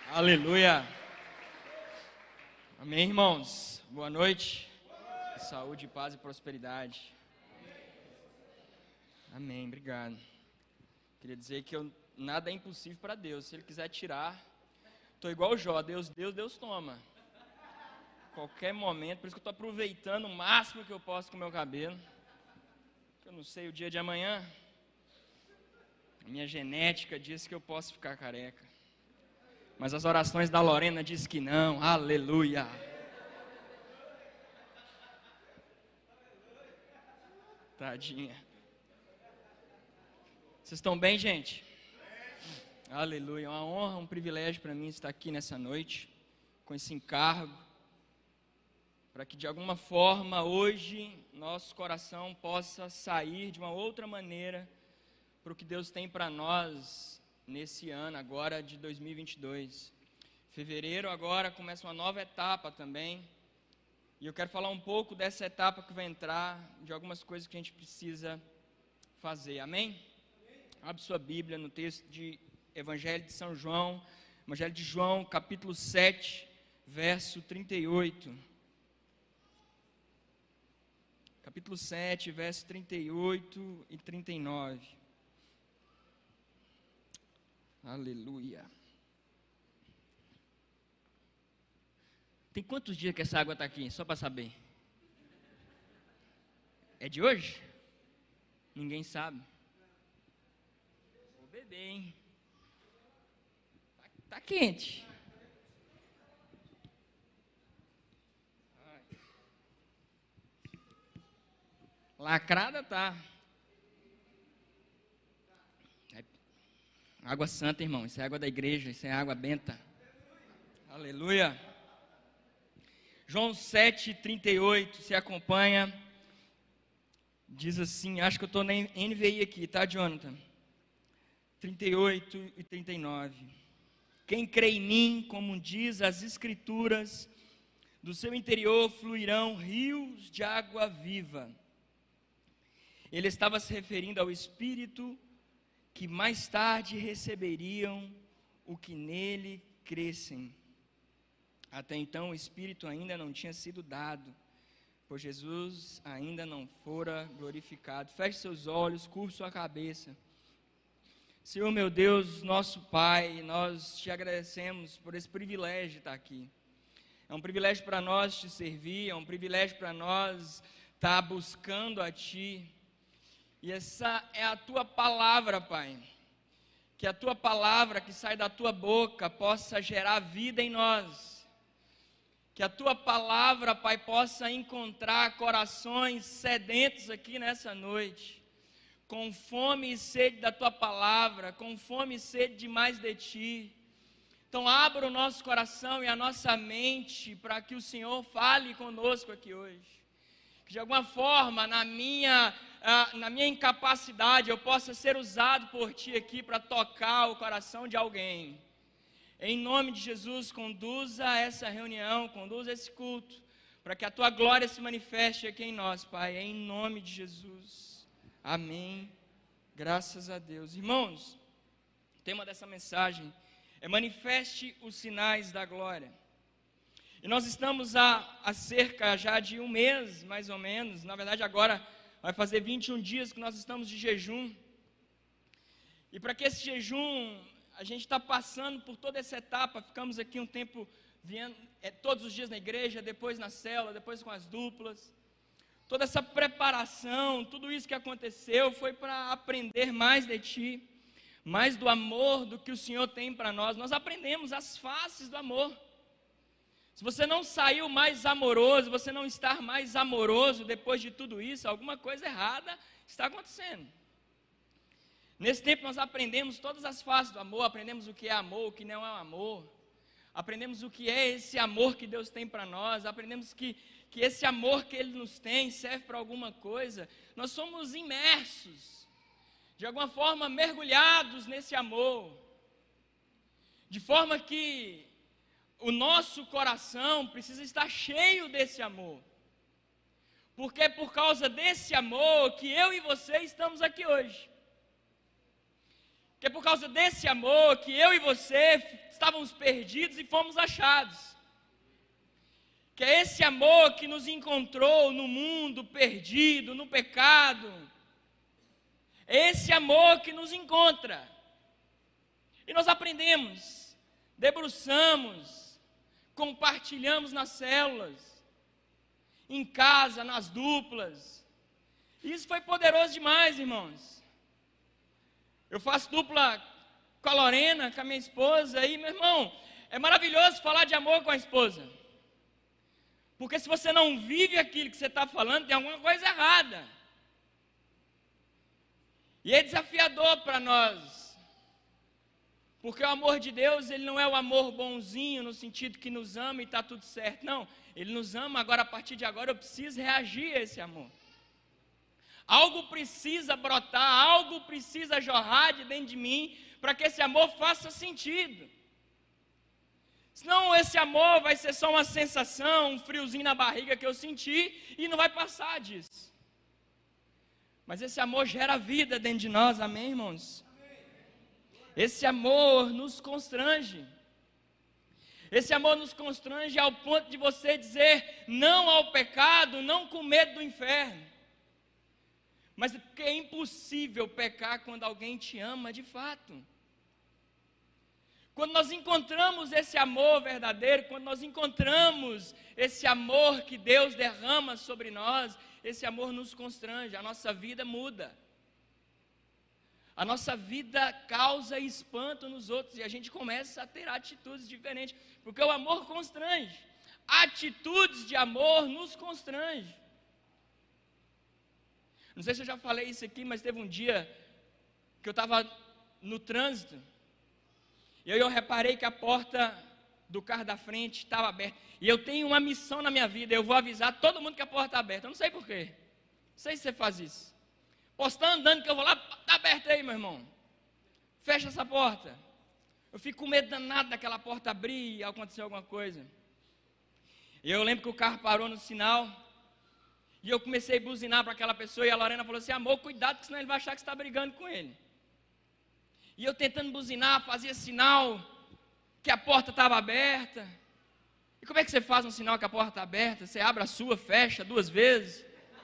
Aleluia. Amém, irmãos. Boa noite. Saúde, paz e prosperidade. Amém, obrigado. Queria dizer que nada é impossível para Deus. Se Ele quiser tirar, estou igual o Jó. Deus toma. Qualquer momento, por isso que eu estou aproveitando o máximo que eu posso com o meu cabelo. Eu não sei o dia de amanhã. Minha genética diz que eu posso ficar careca. Mas as orações da Lorena diz que não. Aleluia. Tadinha. Vocês estão bem, gente? Aleluia. É uma honra, um privilégio para mim estar aqui nessa noite, com esse encargo, para que de alguma forma hoje nosso coração possa sair de uma outra maneira para o que Deus tem para nós nesse ano agora de 2022. Fevereiro agora começa uma nova etapa também, e eu quero falar um pouco dessa etapa que vai entrar, de algumas coisas que a gente precisa fazer, amém? Abre sua Bíblia no texto de Evangelho de São João, Evangelho de João, capítulo 7, verso 38. Capítulo 7, verso 38 e 39. Aleluia. Tem quantos dias que essa água está aqui? Só para saber. É de hoje? Ninguém sabe. Vou beber, hein? Tá quente. Lacrada tá. Água santa, irmão. Isso é água da igreja. Isso é água benta. Aleluia. João 7,38. Se acompanha. Diz assim. Acho que eu estou na NVI aqui, tá, Jonathan? 38 e 39. Quem crê em mim, como diz as Escrituras, do seu interior fluirão rios de água viva. Ele estava se referindo ao Espírito que mais tarde receberiam o que nele crescem. Até então o Espírito ainda não tinha sido dado, pois Jesus ainda não fora glorificado. Feche seus olhos, curve sua cabeça. Senhor meu Deus, nosso Pai, nós te agradecemos por esse privilégio de estar aqui. É um privilégio para nós te servir, é um privilégio para nós estar buscando a Ti. E essa é a Tua palavra, Pai. Que a Tua palavra que sai da Tua boca possa gerar vida em nós. Que a Tua palavra, Pai, possa encontrar corações sedentos aqui nessa noite. Com fome e sede da Tua palavra, com fome e sede de mais de Ti. Então abra o nosso coração e a nossa mente para que o Senhor fale conosco aqui hoje. Que de alguma forma, na minha incapacidade, eu possa ser usado por Ti aqui para tocar o coração de alguém. Em nome de Jesus, conduza essa reunião, conduza esse culto, para que a Tua glória se manifeste aqui em nós, Pai, em nome de Jesus. Amém. Graças a Deus. Irmãos, o tema dessa mensagem é manifeste os sinais da glória. E nós estamos há cerca já de um mês, mais ou menos, na verdade agora vai fazer 21 dias que nós estamos de jejum. E para que esse jejum, a gente está passando por toda essa etapa, ficamos aqui um tempo, todos os dias na igreja, depois na célula, depois com as duplas. Toda essa preparação, tudo isso que aconteceu foi para aprender mais de Ti, mais do amor do que o Senhor tem para nós. Nós aprendemos as faces do amor. Se você não saiu mais amoroso, você não está mais amoroso depois de tudo isso, alguma coisa errada está acontecendo. Nesse tempo nós aprendemos todas as faces do amor, aprendemos o que é amor, o que não é amor, aprendemos o que é esse amor que Deus tem para nós, aprendemos que esse amor que Ele nos tem serve para alguma coisa. Nós somos imersos, de alguma forma mergulhados nesse amor, de forma que o nosso coração precisa estar cheio desse amor, porque é por causa desse amor que eu e você estamos aqui hoje. que é por causa desse amor que eu e você estávamos perdidos e fomos achados. Que é esse amor que nos encontrou no mundo perdido, no pecado. É esse amor que nos encontra. E nós aprendemos, debruçamos, compartilhamos nas células, em casa, nas duplas. Isso foi poderoso demais, irmãos. Eu faço dupla com a Lorena, com a minha esposa, e, meu irmão, é maravilhoso falar de amor com a esposa. Porque se você não vive aquilo que você está falando, tem alguma coisa errada. E é desafiador para nós. Porque o amor de Deus, ele não é o amor bonzinho, no sentido que nos ama e está tudo certo. Não, ele nos ama, agora a partir de agora eu preciso reagir a esse amor. Algo precisa brotar, algo precisa jorrar de dentro de mim, para que esse amor faça sentido. Senão esse amor vai ser só uma sensação, um friozinho na barriga que eu senti, e não vai passar disso. Mas esse amor gera vida dentro de nós, amém, irmãos? Esse amor nos constrange. Esse amor nos constrange ao ponto de você dizer não ao pecado, não com medo do inferno. Mas porque é impossível pecar quando alguém te ama de fato. Quando nós encontramos esse amor verdadeiro, quando nós encontramos esse amor que Deus derrama sobre nós, esse amor nos constrange, a nossa vida muda. A nossa vida causa espanto nos outros e a gente começa a ter atitudes diferentes, porque o amor constrange. Atitudes de amor nos constrange. Não sei se eu já falei isso aqui, mas teve um dia que eu estava no trânsito e aí eu reparei que a porta do carro da frente estava aberta. E eu tenho uma missão na minha vida, eu vou avisar todo mundo que a porta está aberta. Eu não sei porquê. Não sei se você faz isso. Posso estar andando que eu vou lá, está aberta aí, meu irmão. Fecha essa porta. Eu fico com medo danado daquela porta abrir e acontecer alguma coisa. E eu lembro que o carro parou no sinal. E eu comecei a buzinar para aquela pessoa. E a Lorena falou assim: amor, cuidado, porque senão ele vai achar que você está brigando com ele. E eu tentando buzinar, fazia sinal que a porta estava aberta. E como é que você faz um sinal que a porta está aberta? Você abre a sua, fecha 2 vezes.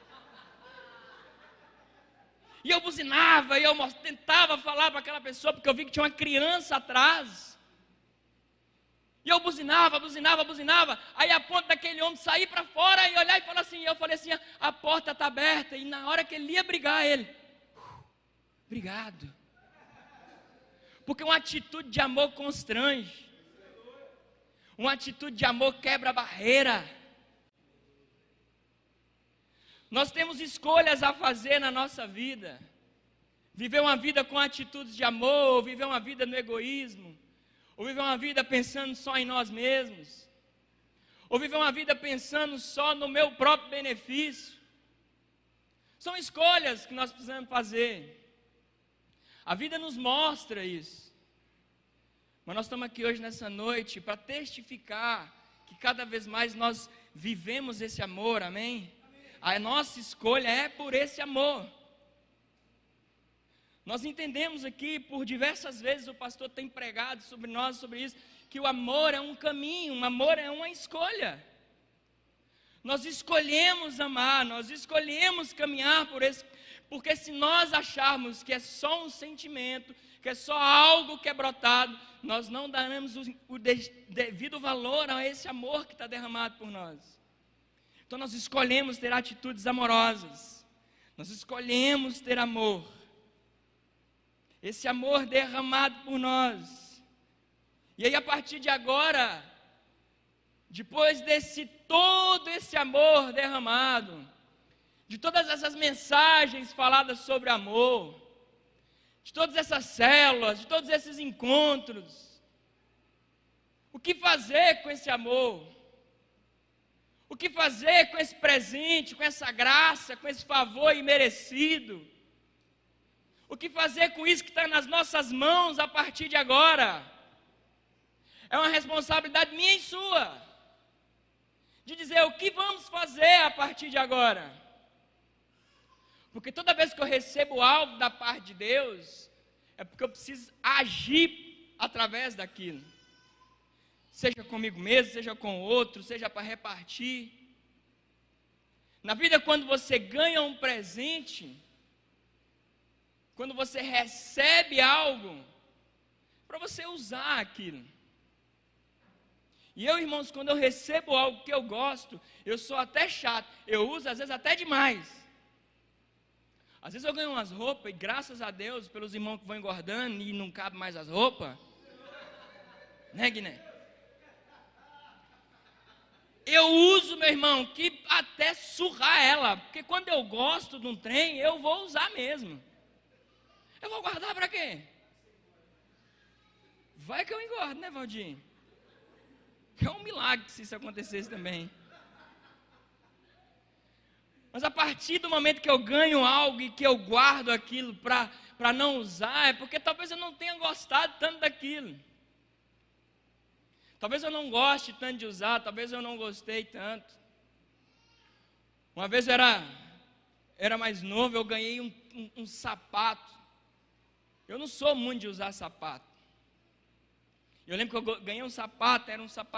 E eu buzinava, e eu tentava falar para aquela pessoa, porque eu vi que tinha uma criança atrás. E eu buzinava. Aí a ponto daquele homem sair para fora e olhar e falar assim. Eu falei assim: a porta está aberta. E na hora que ele ia brigar, ele: obrigado. Porque uma atitude de amor constrange. Uma atitude de amor quebra a barreira. Nós temos escolhas a fazer na nossa vida. Viver uma vida com atitudes de amor, ou viver uma vida no egoísmo, ou viver uma vida pensando só em nós mesmos, ou viver uma vida pensando só no meu próprio benefício. São escolhas que nós precisamos fazer. A vida nos mostra isso. Mas nós estamos aqui hoje nessa noite para testificar que cada vez mais nós vivemos esse amor, amém? A nossa escolha é por esse amor. Nós entendemos aqui, por diversas vezes o pastor tem pregado sobre nós, sobre isso, que o amor é um caminho, o amor é uma escolha. Nós escolhemos amar, nós escolhemos caminhar por esse, porque se nós acharmos que é só um sentimento, que é só algo que é brotado, nós não daremos o devido valor a esse amor que está derramado por nós. Então nós escolhemos ter atitudes amorosas, nós escolhemos ter amor, esse amor derramado por nós. E aí a partir de agora, depois desse todo esse amor derramado, de todas essas mensagens faladas sobre amor, de todas essas células, de todos esses encontros, o que fazer com esse amor? O que fazer com esse presente, com essa graça, com esse favor imerecido? O que fazer com isso que está nas nossas mãos a partir de agora? É uma responsabilidade minha e sua, de dizer o que vamos fazer a partir de agora. Porque toda vez que eu recebo algo da parte de Deus, é porque eu preciso agir através daquilo. Seja comigo mesmo, seja com o outro, seja para repartir. Na vida, quando você ganha um presente, quando você recebe algo, para você usar aquilo. E eu, irmãos, quando eu recebo algo que eu gosto, eu sou até chato, eu uso às vezes até demais. Às vezes eu ganho umas roupas, e graças a Deus, pelos irmãos que vão engordando e não cabem mais as roupas, né, Guiné? Eu uso, meu irmão, que até surrar ela, porque quando eu gosto de um trem, eu vou usar mesmo. Eu vou guardar para quê? Vai que eu engordo, né, Valdir? É um milagre se isso acontecesse também. Mas a partir do momento que eu ganho algo e que eu guardo aquilo para não usar, é porque talvez eu não tenha gostado tanto daquilo. Talvez eu não goste tanto de usar, talvez eu não gostei tanto. Uma vez eu era mais novo, eu ganhei um sapato. Eu não sou muito de usar sapato. Eu lembro que eu ganhei um sapato,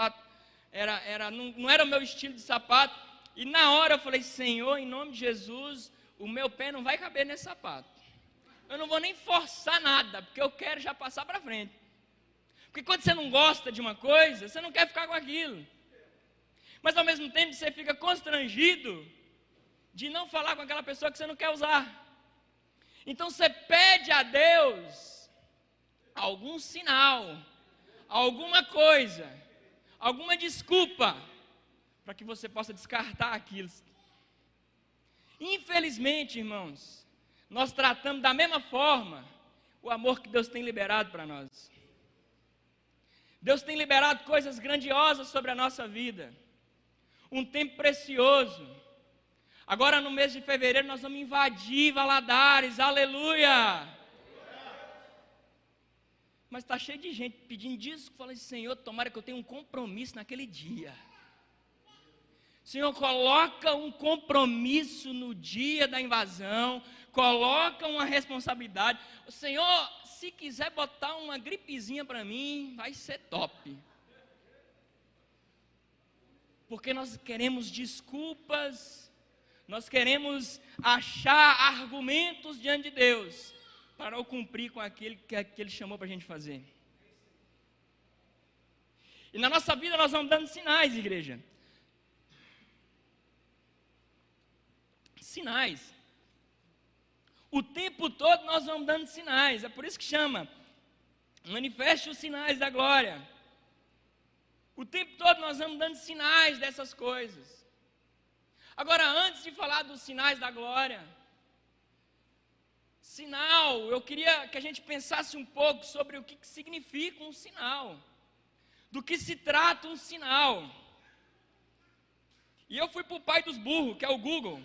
não era o meu estilo de sapato. E na hora eu falei, Senhor, em nome de Jesus, o meu pé não vai caber nesse sapato. Eu não vou nem forçar nada, porque eu quero já passar para frente. Porque quando você não gosta de uma coisa, você não quer ficar com aquilo. Mas ao mesmo tempo você fica constrangido de não falar com aquela pessoa que você não quer usar. Então você pede a Deus algum sinal, alguma coisa, alguma desculpa, para que você possa descartar aquilo. Infelizmente, irmãos, nós tratamos da mesma forma o amor que Deus tem liberado para nós. Deus tem liberado coisas grandiosas sobre a nossa vida, um tempo precioso. Agora no mês de fevereiro nós vamos invadir Valadares, aleluia! Mas está cheio de gente pedindo disco, falando assim, Senhor, tomara que eu tenha um compromisso naquele dia. Senhor, coloca um compromisso no dia da invasão, coloca uma responsabilidade. Senhor, se quiser botar uma gripezinha para mim, vai ser top. Porque nós queremos desculpas, nós queremos achar argumentos diante de Deus, para não cumprir com aquilo que Ele chamou para a gente fazer. E na nossa vida nós vamos dando sinais, igreja. Sinais. O tempo todo nós vamos dando sinais, é por isso que chama, manifeste os sinais da glória. O tempo todo nós vamos dando sinais dessas coisas. Agora, antes de falar dos sinais da glória, sinal, eu queria que a gente pensasse um pouco sobre o que significa um sinal, do que se trata um sinal. E eu fui para o pai dos burros, que é o Google.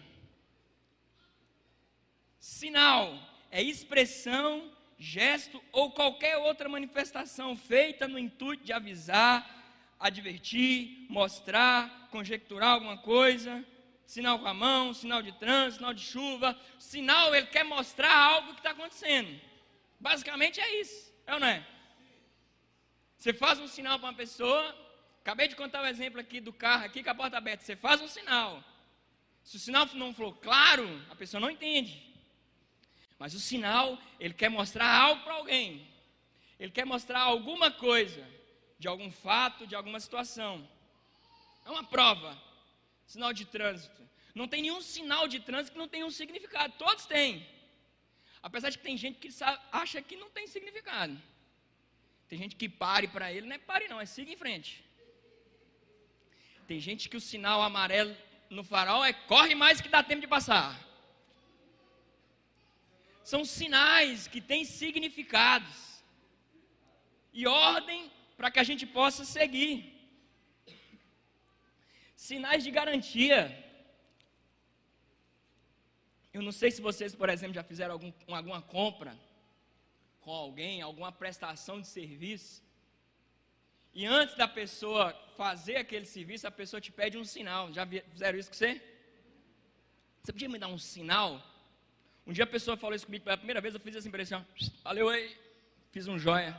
Sinal é expressão, gesto ou qualquer outra manifestação feita no intuito de avisar, advertir, mostrar, conjecturar alguma coisa. Sinal com a mão, sinal de trânsito, sinal de chuva. Sinal, ele quer mostrar algo que está acontecendo. Basicamente é isso, é ou não é? Você faz um sinal para uma pessoa. Acabei de contar o exemplo aqui do carro, aqui com a porta aberta. Você faz um sinal. Se o sinal não for claro, a pessoa não entende. Mas o sinal, ele quer mostrar algo para alguém. Ele quer mostrar alguma coisa, de algum fato, de alguma situação. É uma prova. Sinal de trânsito. Não tem nenhum sinal de trânsito que não tenha um significado. Todos têm. Apesar de que tem gente que acha que não tem significado. Tem gente que pare para ele, não é pare não, é siga em frente. Tem gente que o sinal amarelo no farol é corre mais que dá tempo de passar. São sinais que têm significados e ordem para que a gente possa seguir. Sinais de garantia. Eu não sei se vocês, por exemplo, já fizeram alguma compra com alguém, alguma prestação de serviço. E antes da pessoa fazer aquele serviço, a pessoa te pede um sinal. Já fizeram isso com você? Você podia me dar um sinal? Um dia a pessoa falou isso comigo pela primeira vez, eu fiz essa impressão. Valeu aí. Fiz um joia.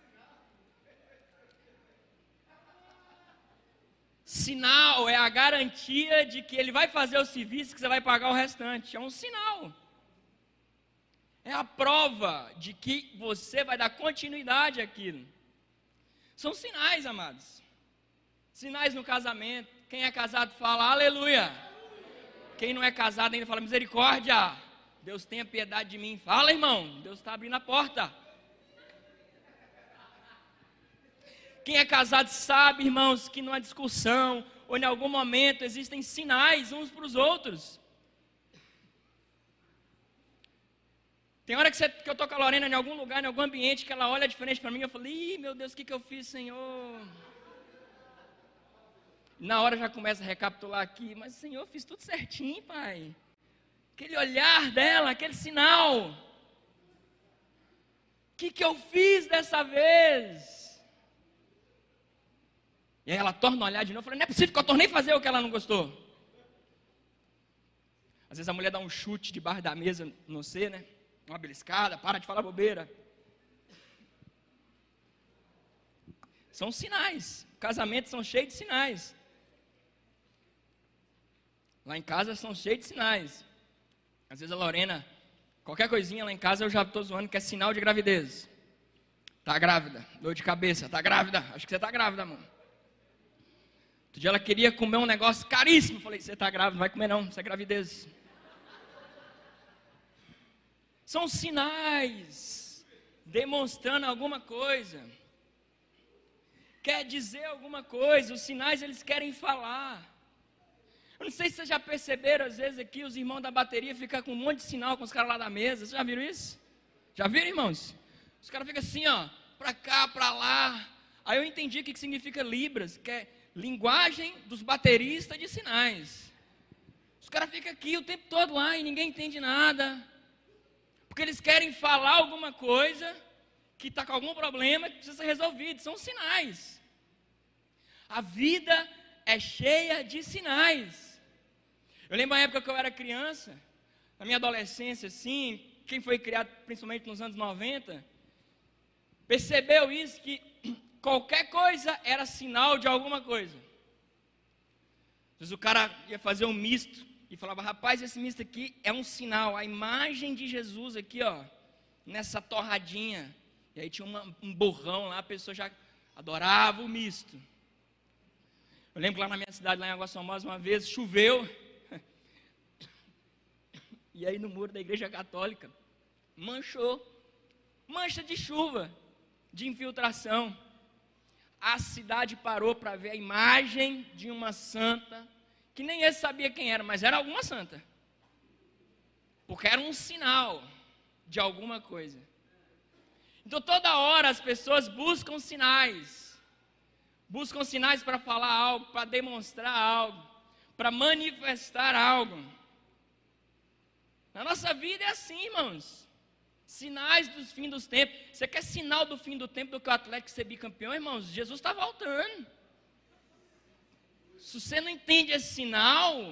Sinal é a garantia de que ele vai fazer o serviço, que você vai pagar o restante. É um sinal. É a prova de que você vai dar continuidade àquilo. São sinais, amados. Sinais no casamento. Quem é casado fala aleluia. Quem não é casado ainda fala misericórdia. Deus tenha piedade de mim. Fala, irmão. Deus está abrindo a porta. Quem é casado sabe, irmãos, que numa discussão ou em algum momento existem sinais uns para os outros. Tem hora que eu estou com a Lorena em algum lugar, em algum ambiente, que ela olha diferente para mim, eu falo, ih, meu Deus, o que eu fiz, Senhor? Na hora já começa a recapitular aqui, mas Senhor, eu fiz tudo certinho, Pai. Aquele olhar dela, aquele sinal. O que eu fiz dessa vez? E aí ela torna a olhar de novo, falando, não é possível que eu tornei fazer o que ela não gostou. Às vezes a mulher dá um chute debaixo da mesa, não sei, né? Uma beliscada, para de falar bobeira. São sinais. Casamentos são cheios de sinais. Lá em casa são cheios de sinais. Às vezes a Lorena, qualquer coisinha lá em casa eu já estou zoando que é sinal de gravidez. Tá grávida, dor de cabeça, tá grávida, acho que você tá grávida, mano. Outro dia ela queria comer um negócio caríssimo, eu falei, você tá grávida, não vai comer não, isso é gravidez. São sinais, demonstrando alguma coisa. Quer dizer alguma coisa, os sinais eles querem falar. Eu não sei se vocês já perceberam, às vezes aqui os irmãos da bateria ficam com um monte de sinal com os caras lá da mesa. Vocês já viram isso? Já viram, irmãos? Os caras ficam assim, ó, pra cá, pra lá. Aí eu entendi o que significa Libras, que é linguagem dos bateristas de sinais. Os caras ficam aqui o tempo todo lá e ninguém entende nada. Porque eles querem falar alguma coisa que está com algum problema que precisa ser resolvido. São sinais. A vida é cheia de sinais. Eu lembro a época que eu era criança, na minha adolescência, assim, quem foi criado principalmente nos anos 90, percebeu isso, que qualquer coisa era sinal de alguma coisa. Às vezes o cara ia fazer um misto e falava, rapaz, esse misto aqui é um sinal, a imagem de Jesus aqui, ó, nessa torradinha. E aí tinha um borrão lá, a pessoa já adorava o misto. Eu lembro que lá na minha cidade, lá em Águas Formosas, uma vez choveu. E aí no muro da igreja católica, manchou. Mancha de chuva, de infiltração. A cidade parou para ver a imagem de uma santa, que nem ele sabia quem era, mas era alguma santa. Porque era um sinal de alguma coisa. Então toda hora as pessoas buscam sinais. Buscam sinais para falar algo, para demonstrar algo, para manifestar algo. Na nossa vida é assim, irmãos. Sinais dos fins dos tempos. Você quer sinal do fim do tempo do que o Atlético ser bicampeão, irmãos? Jesus está voltando. Se você não entende esse sinal,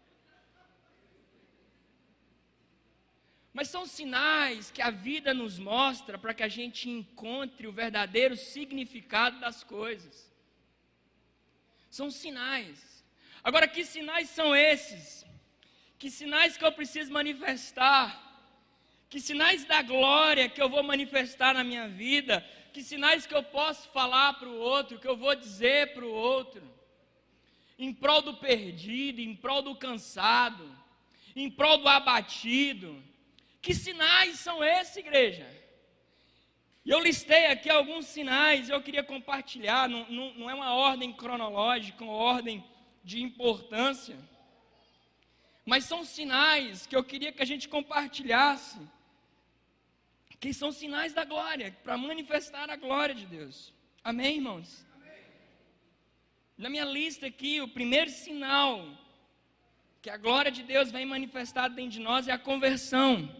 mas são sinais que a vida nos mostra para que a gente encontre o verdadeiro significado das coisas. São sinais. Agora, que sinais são esses? Que sinais que eu preciso manifestar? Que sinais da glória que eu vou manifestar na minha vida? Que sinais que eu posso falar para o outro, que eu vou dizer para o outro? Em prol do perdido, em prol do cansado, em prol do abatido. Que sinais são esses, igreja? E eu listei aqui alguns sinais, eu queria compartilhar, não é uma ordem cronológica, uma ordem de importância, mas são sinais que eu queria que a gente compartilhasse, que são sinais da glória, para manifestar a glória de Deus. Amém, irmãos? Amém. Na minha lista aqui, o primeiro sinal que a glória de Deus vem manifestar dentro de nós é a conversão.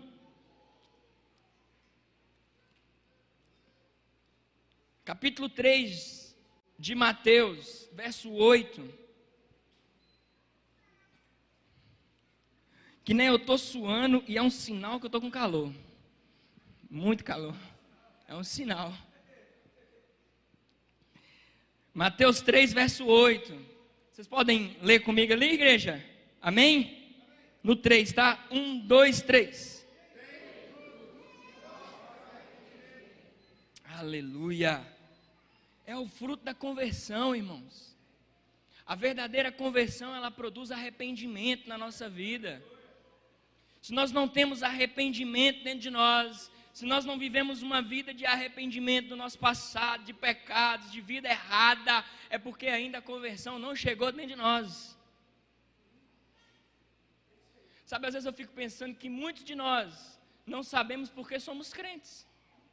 Capítulo 3 de Mateus, verso 8. Que nem eu estou suando e é um sinal que eu estou com calor. Muito calor. É um sinal. Mateus 3, verso 8. Vocês podem ler comigo ali, igreja? Amém? No 3, tá? 1, 2, 3. Aleluia. É o fruto da conversão, irmãos. A verdadeira conversão, ela produz arrependimento na nossa vida. Se nós não temos arrependimento dentro de nós, se nós não vivemos uma vida de arrependimento do nosso passado, de pecados, de vida errada, é porque ainda a conversão não chegou dentro de nós. Sabe, às vezes eu fico pensando que muitos de nós não sabemos porque somos crentes.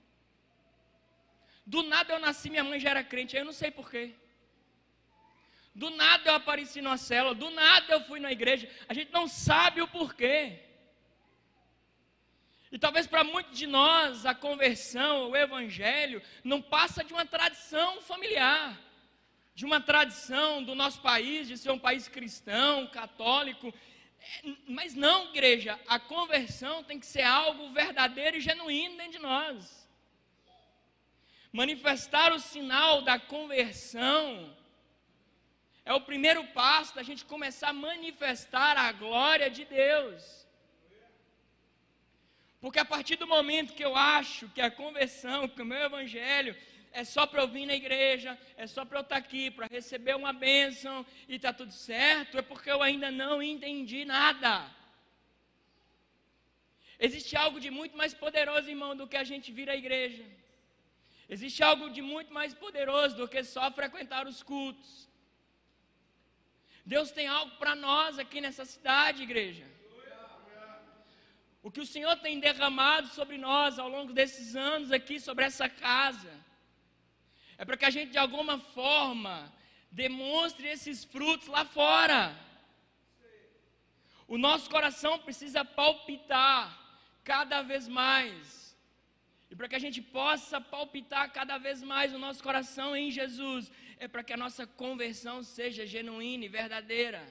Do nada eu nasci, minha mãe já era crente, aí eu não sei porquê. Do nada eu apareci numa célula, do nada eu fui na igreja, a gente não sabe o porquê. E talvez para muitos de nós a conversão, o evangelho, não passa de uma tradição familiar, de uma tradição do nosso país, de ser um país cristão, católico. Mas não, igreja, a conversão tem que ser algo verdadeiro e genuíno dentro de nós. Manifestar o sinal da conversão é o primeiro passo da gente começar a manifestar a glória de Deus. Porque a partir do momento que eu acho que a conversão, que o meu evangelho é só para eu vir na igreja, é só para eu estar aqui, para receber uma bênção e está tudo certo, é porque eu ainda não entendi nada. Existe algo de muito mais poderoso, irmão, do que a gente vir à igreja. Existe algo de muito mais poderoso do que só frequentar os cultos. Deus tem algo para nós aqui nessa cidade, igreja. O que o Senhor tem derramado sobre nós ao longo desses anos aqui, sobre essa casa, é para que a gente de alguma forma demonstre esses frutos lá fora. O nosso coração precisa palpitar cada vez mais. E para que a gente possa palpitar cada vez mais o nosso coração em Jesus, é para que a nossa conversão seja genuína e verdadeira.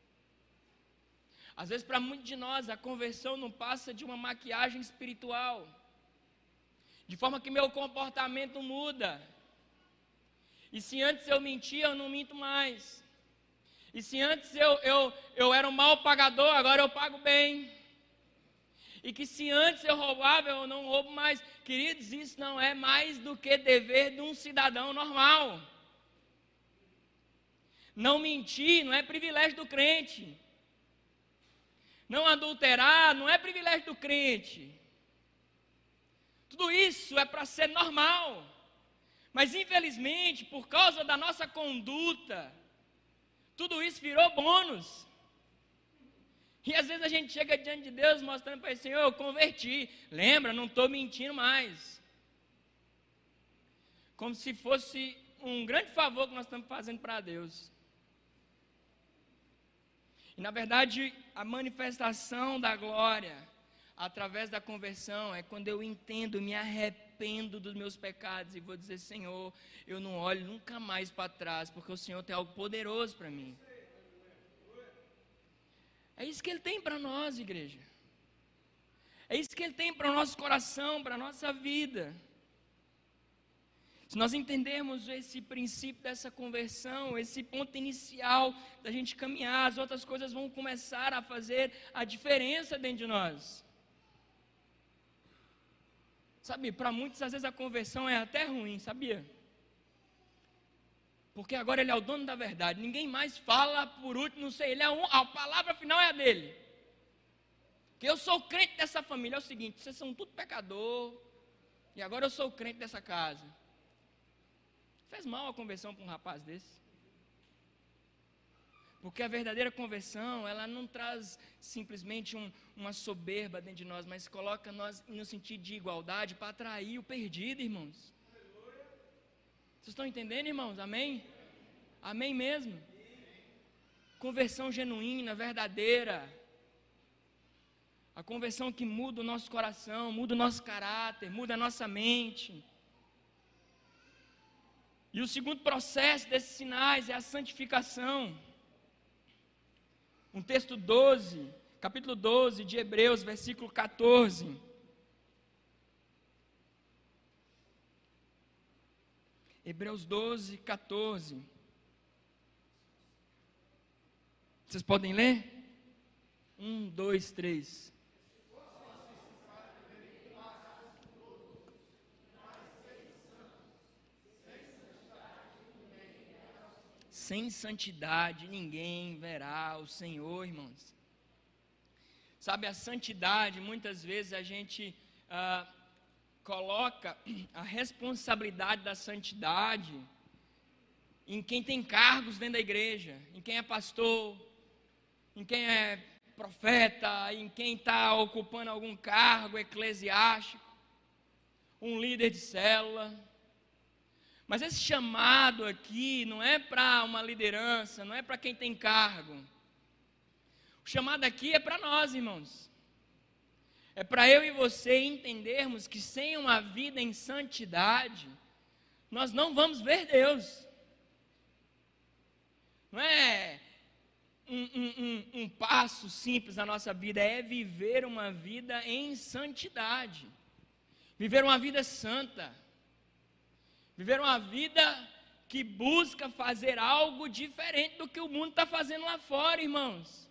Às vezes, para muitos de nós, a conversão não passa de uma maquiagem espiritual, de forma que meu comportamento muda. E se antes eu mentia, eu não minto mais. E se antes eu era um mau pagador, agora eu pago bem. E que se antes eu roubava, eu não roubo mais. Queridos, isso não é mais do que dever de um cidadão normal. Não mentir não é privilégio do crente. Não adulterar não é privilégio do crente. Tudo isso é para ser normal. Mas infelizmente, por causa da nossa conduta, tudo isso virou bônus. E às vezes a gente chega diante de Deus mostrando para ele, Senhor, eu converti. Lembra, não estou mentindo mais. Como se fosse um grande favor que nós estamos fazendo para Deus. E na verdade, a manifestação da glória, através da conversão, é quando eu entendo, me arrependo dos meus pecados e vou dizer, Senhor, eu não olho nunca mais para trás, porque o Senhor tem algo poderoso para mim. É isso que Ele tem para nós, igreja. É isso que Ele tem para o nosso coração, para a nossa vida. Se nós entendermos esse princípio dessa conversão, esse ponto inicial da gente caminhar, as outras coisas vão começar a fazer a diferença dentro de nós. Sabe, para muitos às vezes a conversão é até ruim, sabia? Porque agora ele é o dono da verdade, ninguém mais fala por último, não sei, a palavra final é a dele. Que eu sou crente dessa família, é o seguinte, vocês são tudo pecador, e agora eu sou crente dessa casa. Fez mal a conversão para um rapaz desse. Porque a verdadeira conversão, ela não traz simplesmente uma soberba dentro de nós, mas coloca nós no sentido de igualdade para atrair o perdido, irmãos. Vocês estão entendendo, irmãos? Amém? Amém mesmo? Conversão genuína, verdadeira. A conversão que muda o nosso coração, muda o nosso caráter, muda a nossa mente. E o segundo processo desses sinais é a santificação. Um texto 12, capítulo 12 de Hebreus, versículo 14. Hebreus 12, 14. Vocês podem ler? 1, 2, 3. Sem santidade ninguém verá o Senhor, irmãos. Sabe, a santidade, muitas vezes a gente coloca a responsabilidade da santidade em quem tem cargos dentro da igreja, em quem é pastor, em quem é profeta, em quem está ocupando algum cargo eclesiástico, um líder de célula. Mas esse chamado aqui não é para uma liderança, não é para quem tem cargo. O chamado aqui é para nós, irmãos. É para eu e você entendermos que sem uma vida em santidade, nós não vamos ver Deus. Não é um passo simples na nossa vida, é viver uma vida em santidade. Viver uma vida santa. Viver uma vida que busca fazer algo diferente do que o mundo está fazendo lá fora, irmãos.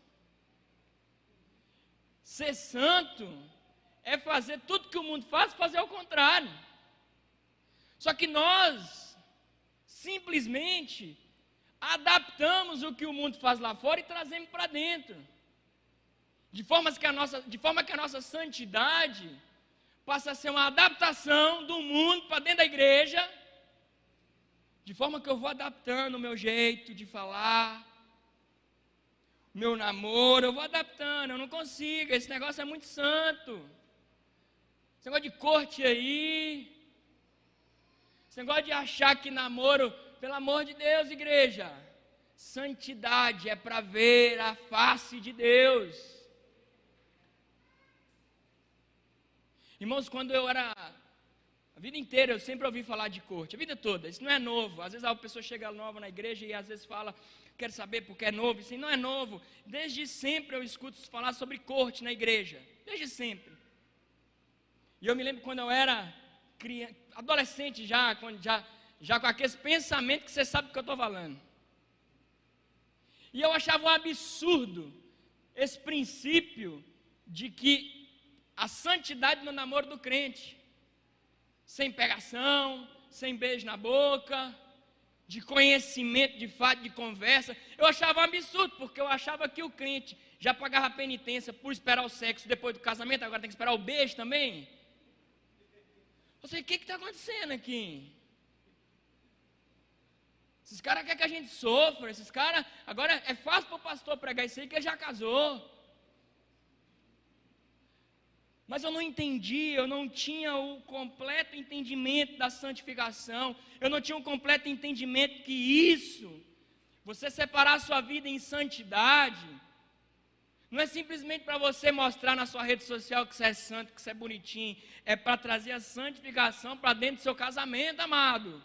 Ser santo é fazer tudo que o mundo faz, fazer ao contrário. Só que nós simplesmente adaptamos o que o mundo faz lá fora e trazemos para dentro. De forma que a nossa santidade passa a ser uma adaptação do mundo para dentro da igreja. De forma que eu vou adaptando o meu jeito de falar, meu namoro, eu vou adaptando, eu não consigo, esse negócio é muito santo. Esse negócio de corte aí, esse negócio de achar que namoro, pelo amor de Deus, igreja, santidade é para ver a face de Deus. Irmãos, quando eu era... A vida inteira eu sempre ouvi falar de corte, a vida toda, isso não é novo. Às vezes a pessoa chega nova na igreja e às vezes fala, quero saber porque é novo. Isso não é novo, desde sempre eu escuto falar sobre corte na igreja, desde sempre. E eu me lembro quando eu era adolescente já com aqueles pensamentos que você sabe do que eu estou falando. E eu achava um absurdo esse princípio de que a santidade no namoro do crente, sem pegação, sem beijo na boca, de conhecimento de fato, de conversa, eu achava um absurdo, porque eu achava que o crente já pagava penitência por esperar o sexo depois do casamento, agora tem que esperar o beijo também. Eu sei, o que está acontecendo aqui? Esses caras querem que a gente sofra, esses caras, agora é fácil para o pastor pregar isso aí que ele já casou. Mas eu não entendi, eu não tinha o completo entendimento da santificação, eu não tinha um completo entendimento que isso, você separar a sua vida em santidade, não é simplesmente para você mostrar na sua rede social que você é santo, que você é bonitinho, é para trazer a santificação para dentro do seu casamento, amado.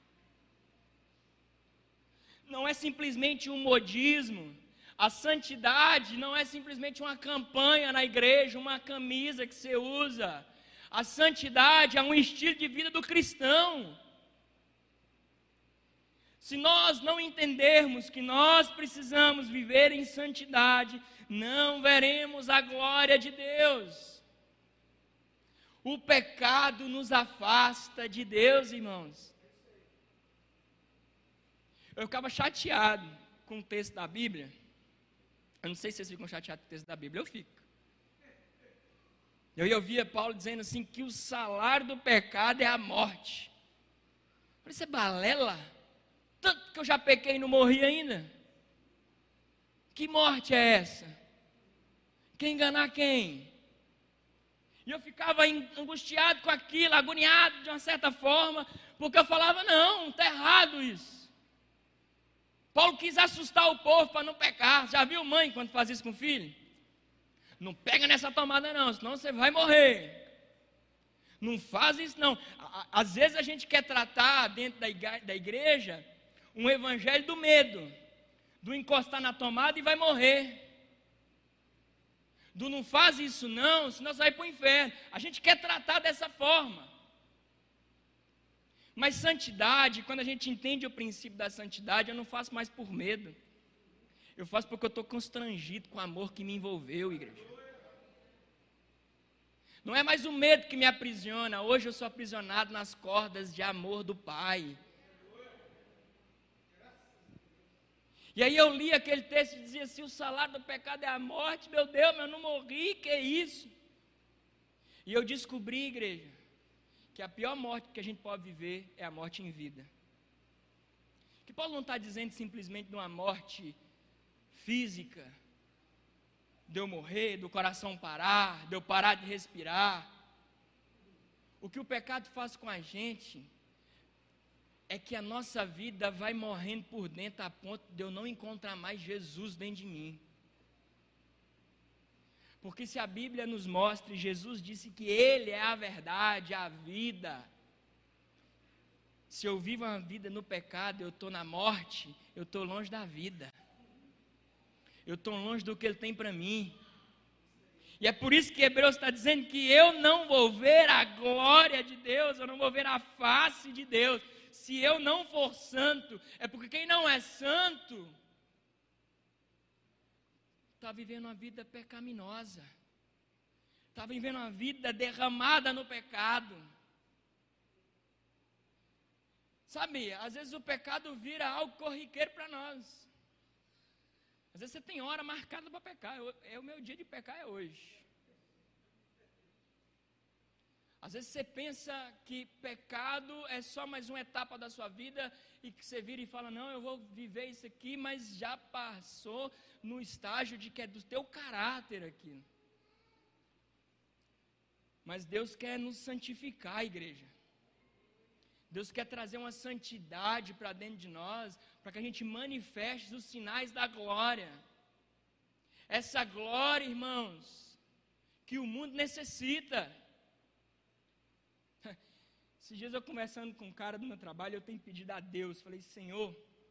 Não é simplesmente um modismo. A santidade não é simplesmente uma campanha na igreja, uma camisa que você usa. A santidade é um estilo de vida do cristão. Se nós não entendermos que nós precisamos viver em santidade, não veremos a glória de Deus. O pecado nos afasta de Deus, irmãos. Eu ficava chateado com o texto da Bíblia. Eu não sei se vocês ficam chateados com o texto da Bíblia, eu fico. Eu ouvia Paulo dizendo assim, que o salário do pecado é a morte. Eu falei, isso é balela? Tanto que eu já pequei e não morri ainda. Que morte é essa? Quem enganar quem? E eu ficava angustiado com aquilo, agoniado de uma certa forma, porque eu falava, não, está errado isso. Paulo quis assustar o povo para não pecar. Já viu mãe quando faz isso com o filho? Não pega nessa tomada não, senão você vai morrer. Não faz isso não. Às vezes a gente quer tratar dentro da igreja um evangelho do medo, do encostar na tomada e vai morrer. Do não faz isso não, senão você vai para o inferno. A gente quer tratar dessa forma. Mas santidade, quando a gente entende o princípio da santidade, eu não faço mais por medo. Eu faço porque eu estou constrangido com o amor que me envolveu, igreja. Não é mais o medo que me aprisiona. Hoje eu sou aprisionado nas cordas de amor do Pai. E aí eu li aquele texto e dizia assim, o salário do pecado é a morte. Meu Deus, mas eu não morri, que é isso? E eu descobri, igreja, que a pior morte que a gente pode viver é a morte em vida. Que Paulo não está dizendo simplesmente de uma morte física, de eu morrer, do coração parar, de eu parar de respirar. O que o pecado faz com a gente é que a nossa vida vai morrendo por dentro a ponto de eu não encontrar mais Jesus dentro de mim. Porque se a Bíblia nos mostra, Jesus disse que Ele é a verdade, a vida. Se eu vivo uma vida no pecado, eu estou na morte, eu estou longe da vida. Eu estou longe do que Ele tem para mim. E é por isso que Hebreus está dizendo que eu não vou ver a glória de Deus, eu não vou ver a face de Deus. Se eu não for santo, é porque quem não é santo está vivendo uma vida pecaminosa, está vivendo uma vida derramada no pecado. Sabe, às vezes o pecado vira algo corriqueiro para nós. Às vezes você tem hora marcada para pecar, o meu dia de pecar é hoje. Às vezes você pensa que pecado é só mais uma etapa da sua vida e que você vira e fala, não, eu vou viver isso aqui, mas já passou no estágio de que é do teu caráter aquilo. Mas Deus quer nos santificar, igreja. Deus quer trazer uma santidade para dentro de nós, para que a gente manifeste os sinais da glória. Essa glória, irmãos, que o mundo necessita. Esses dias eu conversando com um cara do meu trabalho, eu tenho pedido a Deus, falei, Senhor,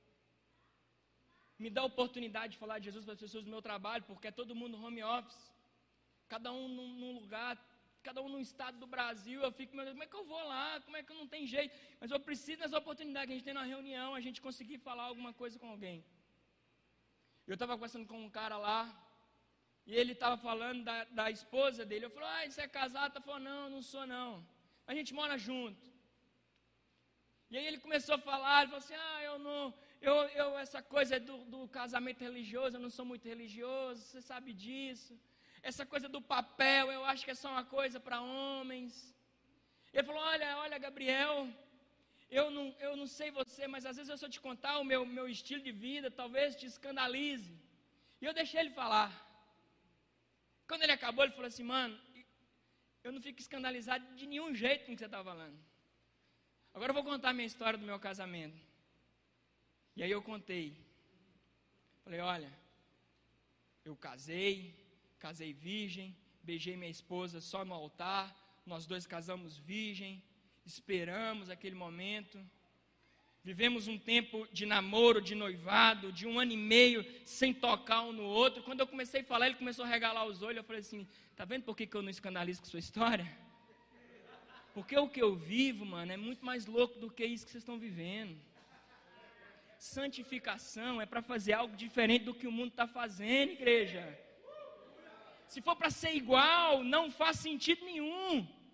me dá a oportunidade de falar de Jesus para as pessoas do meu trabalho, porque é todo mundo home office, cada um num lugar, cada um num estado do Brasil. Eu fico, meu Deus, como é que eu vou lá, como é que não tem jeito, mas eu preciso dessa oportunidade que a gente tem na reunião, a gente conseguir falar alguma coisa com alguém. Eu estava conversando com um cara lá, e ele estava falando da esposa dele. Eu falei, você é casado? Ele falou, não sou não, a gente mora junto. E aí ele começou a falar, ele falou assim, essa coisa do casamento religioso, eu não sou muito religioso, você sabe disso. Essa coisa do papel, eu acho que é só uma coisa para homens. Ele falou, olha Gabriel, eu não sei você, mas às vezes eu só te contar o meu estilo de vida, talvez te escandalize. E eu deixei ele falar. Quando ele acabou, ele falou assim, mano, eu não fico escandalizado de nenhum jeito com o que você está falando. Agora eu vou contar a minha história do meu casamento. E aí eu contei. Falei, olha, eu casei virgem, beijei minha esposa só no altar, nós dois casamos virgem, esperamos aquele momento, vivemos um tempo de namoro, de noivado, de 1 ano e meio, sem tocar um no outro. Quando eu comecei a falar, ele começou a regalar os olhos. Eu falei assim, tá vendo por que eu não escandalizo com sua história? Porque o que eu vivo, mano, é muito mais louco do que isso que vocês estão vivendo. Santificação é para fazer algo diferente do que o mundo está fazendo, igreja. Se for para ser igual, não faz sentido nenhum.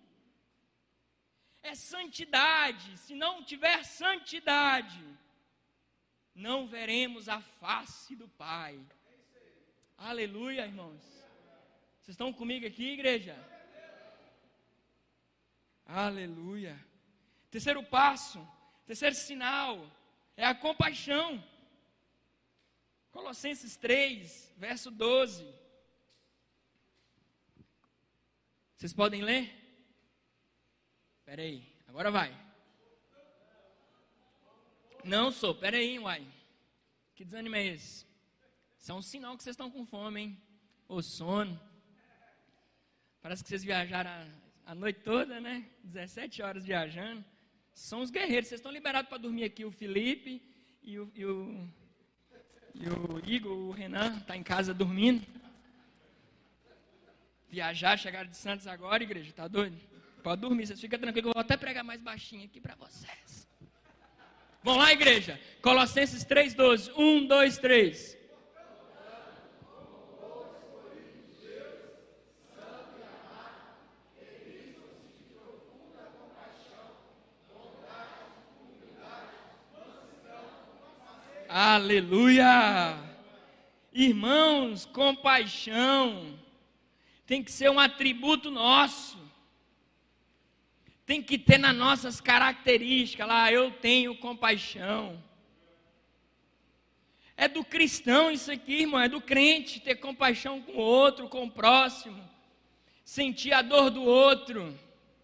É santidade. Se não tiver santidade, não veremos a face do Pai. Aleluia, irmãos. Vocês estão comigo aqui, igreja? Aleluia. Terceiro passo, terceiro sinal, é a compaixão. Colossenses 3, verso 12. Vocês podem ler? Espera aí, agora vai. Não sou, espera aí, uai. Que desânimo é esse? Isso é um sinal que vocês estão com fome, hein? Ou sono. Parece que vocês viajaram a noite toda, né? 17 horas viajando. São os guerreiros. Vocês estão liberados para dormir aqui. O Felipe e o Igor, o Renan, está em casa dormindo. Viajar, chegaram de Santos agora, igreja. Tá doido? Pode dormir, vocês ficam tranquilos, eu vou até pregar mais baixinho aqui para vocês. Vamos lá, igreja. Colossenses 3:12. 1, 2, 3. Aleluia! Irmãos, compaixão tem que ser um atributo nosso. Tem que ter nas nossas características lá, eu tenho compaixão. É do cristão isso aqui, irmão, é do crente ter compaixão com o outro, com o próximo. Sentir a dor do outro.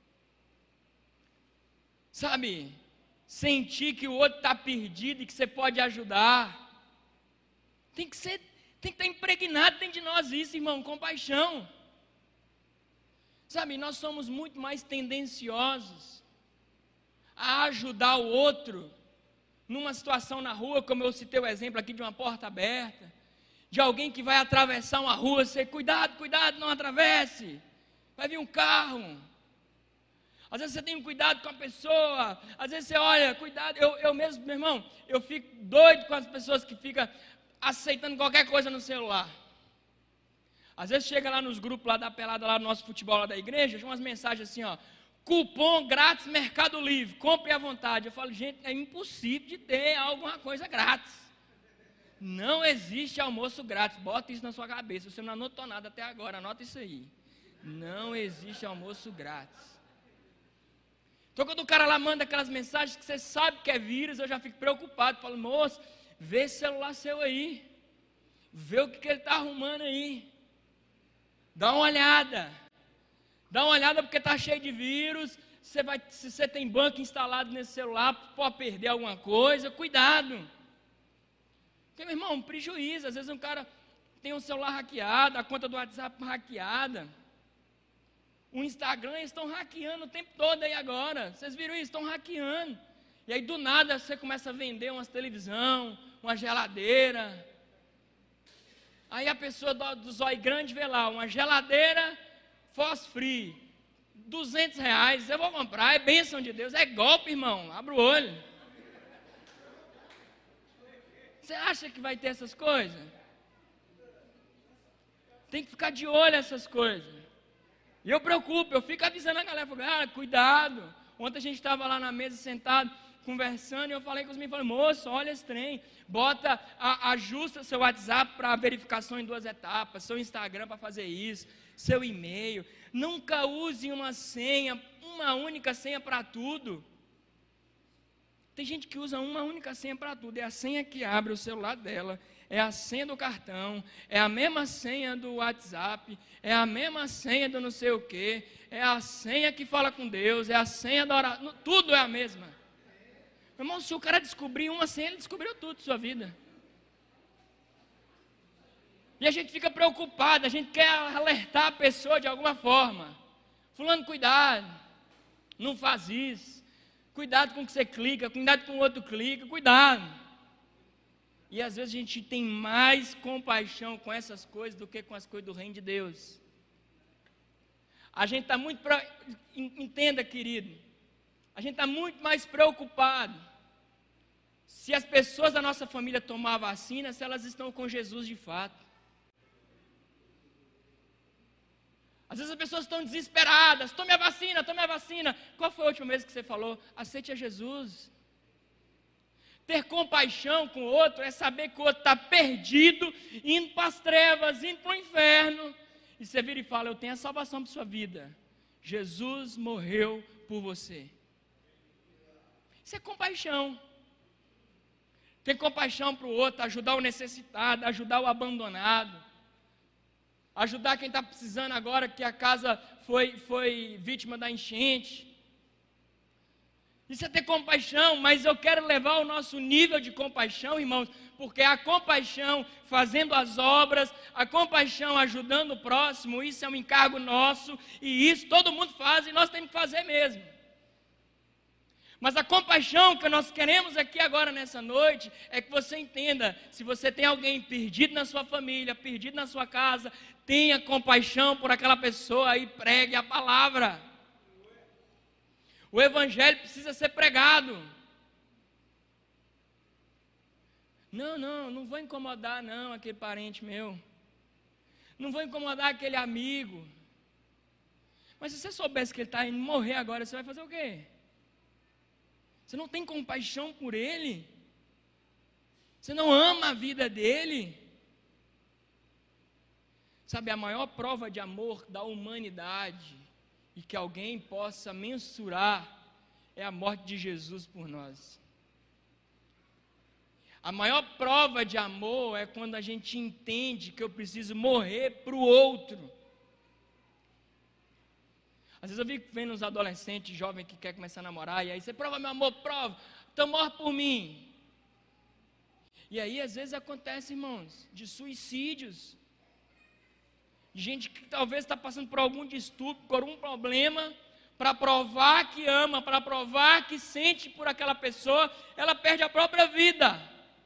Sabe? Sentir que o outro está perdido e que você pode ajudar. Tem que estar impregnado dentro de nós isso, irmão, compaixão. Sabe, nós somos muito mais tendenciosos a ajudar o outro numa situação na rua, como eu citei o exemplo aqui de uma porta aberta, de alguém que vai atravessar uma rua, você, cuidado, não atravesse, vai vir um carro. Às vezes você tem cuidado com a pessoa, às vezes você olha, cuidado, eu mesmo, meu irmão, eu fico doido com as pessoas que ficam aceitando qualquer coisa no celular. Às vezes chega lá nos grupos lá da pelada, lá no nosso futebol lá da igreja, umas mensagens assim, ó, cupom grátis Mercado Livre, compre à vontade. Eu falo, gente, é impossível de ter alguma coisa grátis. Não existe almoço grátis, bota isso na sua cabeça, você não anotou nada até agora, anota isso aí. Não existe almoço grátis. Então quando o cara lá manda aquelas mensagens que você sabe que é vírus, eu já fico preocupado, falo, moço, vê esse celular seu aí, vê o que ele está arrumando aí. Dá uma olhada porque está cheio de vírus, se você tem banco instalado nesse celular, pode perder alguma coisa, cuidado. Porque, meu irmão, um prejuízo, às vezes um cara tem um celular hackeado, a conta do WhatsApp hackeada, o Instagram, eles estão hackeando o tempo todo aí agora, vocês viram isso? Estão hackeando, e aí do nada você começa a vender umas televisão, uma geladeira. Aí a pessoa do zóio grande vê lá, uma geladeira fosfree, R$200, eu vou comprar, é bênção de Deus, é golpe, irmão, abre o olho. Você acha que vai ter essas coisas? Tem que ficar de olho nessas coisas. E eu preocupo, eu fico avisando a galera, cuidado. Ontem a gente estava lá na mesa sentado, conversando, e eu falei com os meninos, falei, moço, olha esse trem, ajusta seu WhatsApp para verificação em 2 etapas, seu Instagram para fazer isso, seu e-mail, nunca use uma única senha para tudo. Tem gente que usa uma única senha para tudo, é a senha que abre o celular dela, é a senha do cartão, é a mesma senha do WhatsApp, é a mesma senha do não sei o que, é a senha que fala com Deus, é a senha da oração, tudo é a mesma. Irmão, se o cara descobrir uma senha, ele descobriu tudo da sua vida. E a gente fica preocupado, a gente quer alertar a pessoa de alguma forma. Fulano, cuidado, não faz isso. Cuidado com o que você clica, cuidado com o outro clica, cuidado. E às vezes a gente tem mais compaixão com essas coisas do que com as coisas do reino de Deus. A gente está muito, entenda, querido, a gente está muito mais preocupado se as pessoas da nossa família tomar a vacina, se elas estão com Jesus de fato. Às vezes as pessoas estão desesperadas, tome a vacina. Qual foi a última vez que você falou? Aceite a Jesus. Ter compaixão com o outro é saber que o outro está perdido, indo para as trevas, indo para o inferno. E você vira e fala, eu tenho a salvação para a sua vida. Jesus morreu por você. Isso é compaixão. Ter compaixão para o outro, ajudar o necessitado, ajudar o abandonado. Ajudar quem está precisando agora, que a casa foi vítima da enchente. Isso é ter compaixão, mas eu quero levar o nosso nível de compaixão, irmãos, porque a compaixão fazendo as obras, a compaixão ajudando o próximo, isso é um encargo nosso, e isso todo mundo faz, e nós temos que fazer mesmo. Mas a compaixão que nós queremos aqui agora nessa noite, é que você entenda, se você tem alguém perdido na sua família, perdido na sua casa, tenha compaixão por aquela pessoa e pregue a palavra. O evangelho precisa ser pregado. Não vou incomodar não aquele parente meu. Não vou incomodar aquele amigo. Mas se você soubesse que ele está indo morrer agora, você vai fazer o quê? Você não tem compaixão por ele? Você não ama a vida dele? Sabe, a maior prova de amor da humanidade e que alguém possa mensurar é a morte de Jesus por nós. A maior prova de amor é quando a gente entende que eu preciso morrer para o outro. Às vezes eu fico vendo uns adolescentes, jovens que querem começar a namorar, e aí você prova meu amor, prova, então morre por mim. E aí às vezes acontece, irmãos, de suicídios, de gente que talvez está passando por algum distúrbio, por um problema, para provar que ama, para provar que sente por aquela pessoa, ela perde a própria vida.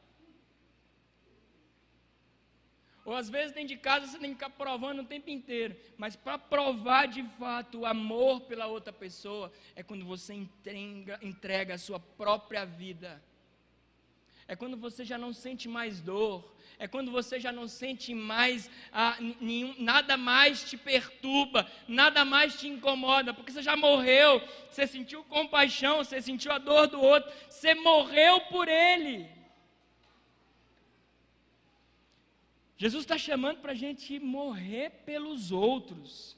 Ou às vezes dentro de casa você tem que ficar provando o tempo inteiro. Mas para provar de fato o amor pela outra pessoa, é quando você entrega a sua própria vida. É quando você já não sente mais dor. É quando você já não sente mais, nada mais te perturba, nada mais te incomoda. Porque você já morreu, você sentiu compaixão, você sentiu a dor do outro, você morreu por ele. Jesus está chamando para a gente morrer pelos outros,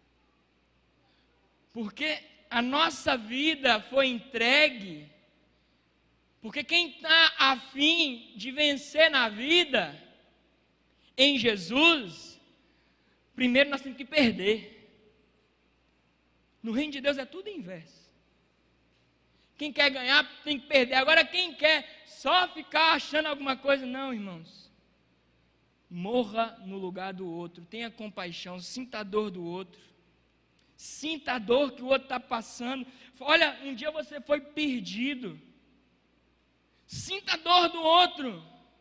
porque a nossa vida foi entregue, porque quem está a fim de vencer na vida, em Jesus, primeiro nós temos que perder. No reino de Deus é tudo inverso. Quem quer ganhar tem que perder. Agora quem quer só ficar achando alguma coisa, não, irmãos. Morra no lugar do outro, tenha compaixão, sinta a dor do outro, sinta a dor que o outro está passando. Olha, um dia você foi perdido, sinta a dor do outro,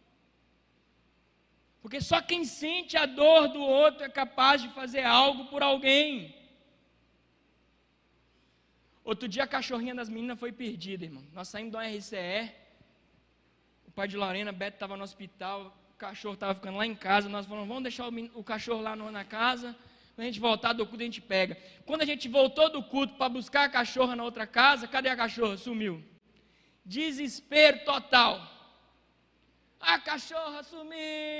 porque só quem sente a dor do outro é capaz de fazer algo por alguém. Outro dia a cachorrinha das meninas foi perdida, irmão. Nós saímos do RCE, o pai de Lorena, Beto estava no hospital, o cachorro estava ficando lá em casa, nós falamos, vamos deixar o cachorro lá na casa, quando a gente voltar do culto a gente pega. Quando a gente voltou do culto para buscar a cachorra na outra casa, cadê a cachorra? Sumiu. Desespero total. A cachorra sumiu.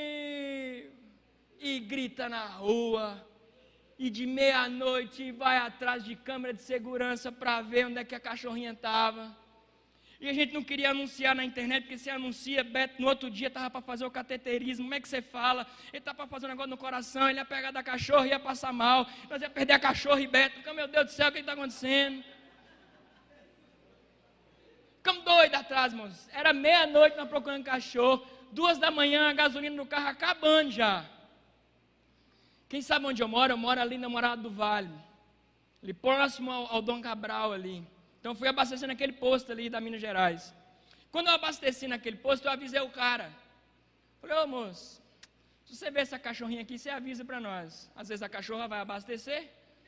E grita na rua, e de meia-noite vai atrás de câmera de segurança para ver onde é que a cachorrinha estava. E a gente não queria anunciar na internet, porque se anuncia, Beto no outro dia estava para fazer o cateterismo. Como é que você fala? Ele está para fazer um negócio no coração, ele ia pegar da cachorra e ia passar mal. Nós ia perder a cachorra e Beto. Ficamos, meu Deus do céu, o que está acontecendo? Ficamos doidos atrás, irmãos. Era meia-noite, nós procurando cachorro. 2 da manhã, a gasolina no carro acabando já. Quem sabe onde eu moro? Eu moro ali na Morada do Vale. Ali próximo ao Dom Cabral ali. Então fui abastecer naquele posto ali da Minas Gerais. Quando eu abasteci naquele posto, eu avisei o cara. Falei, ô moço, se você ver essa cachorrinha aqui, você avisa para nós. Às vezes a cachorra vai abastecer.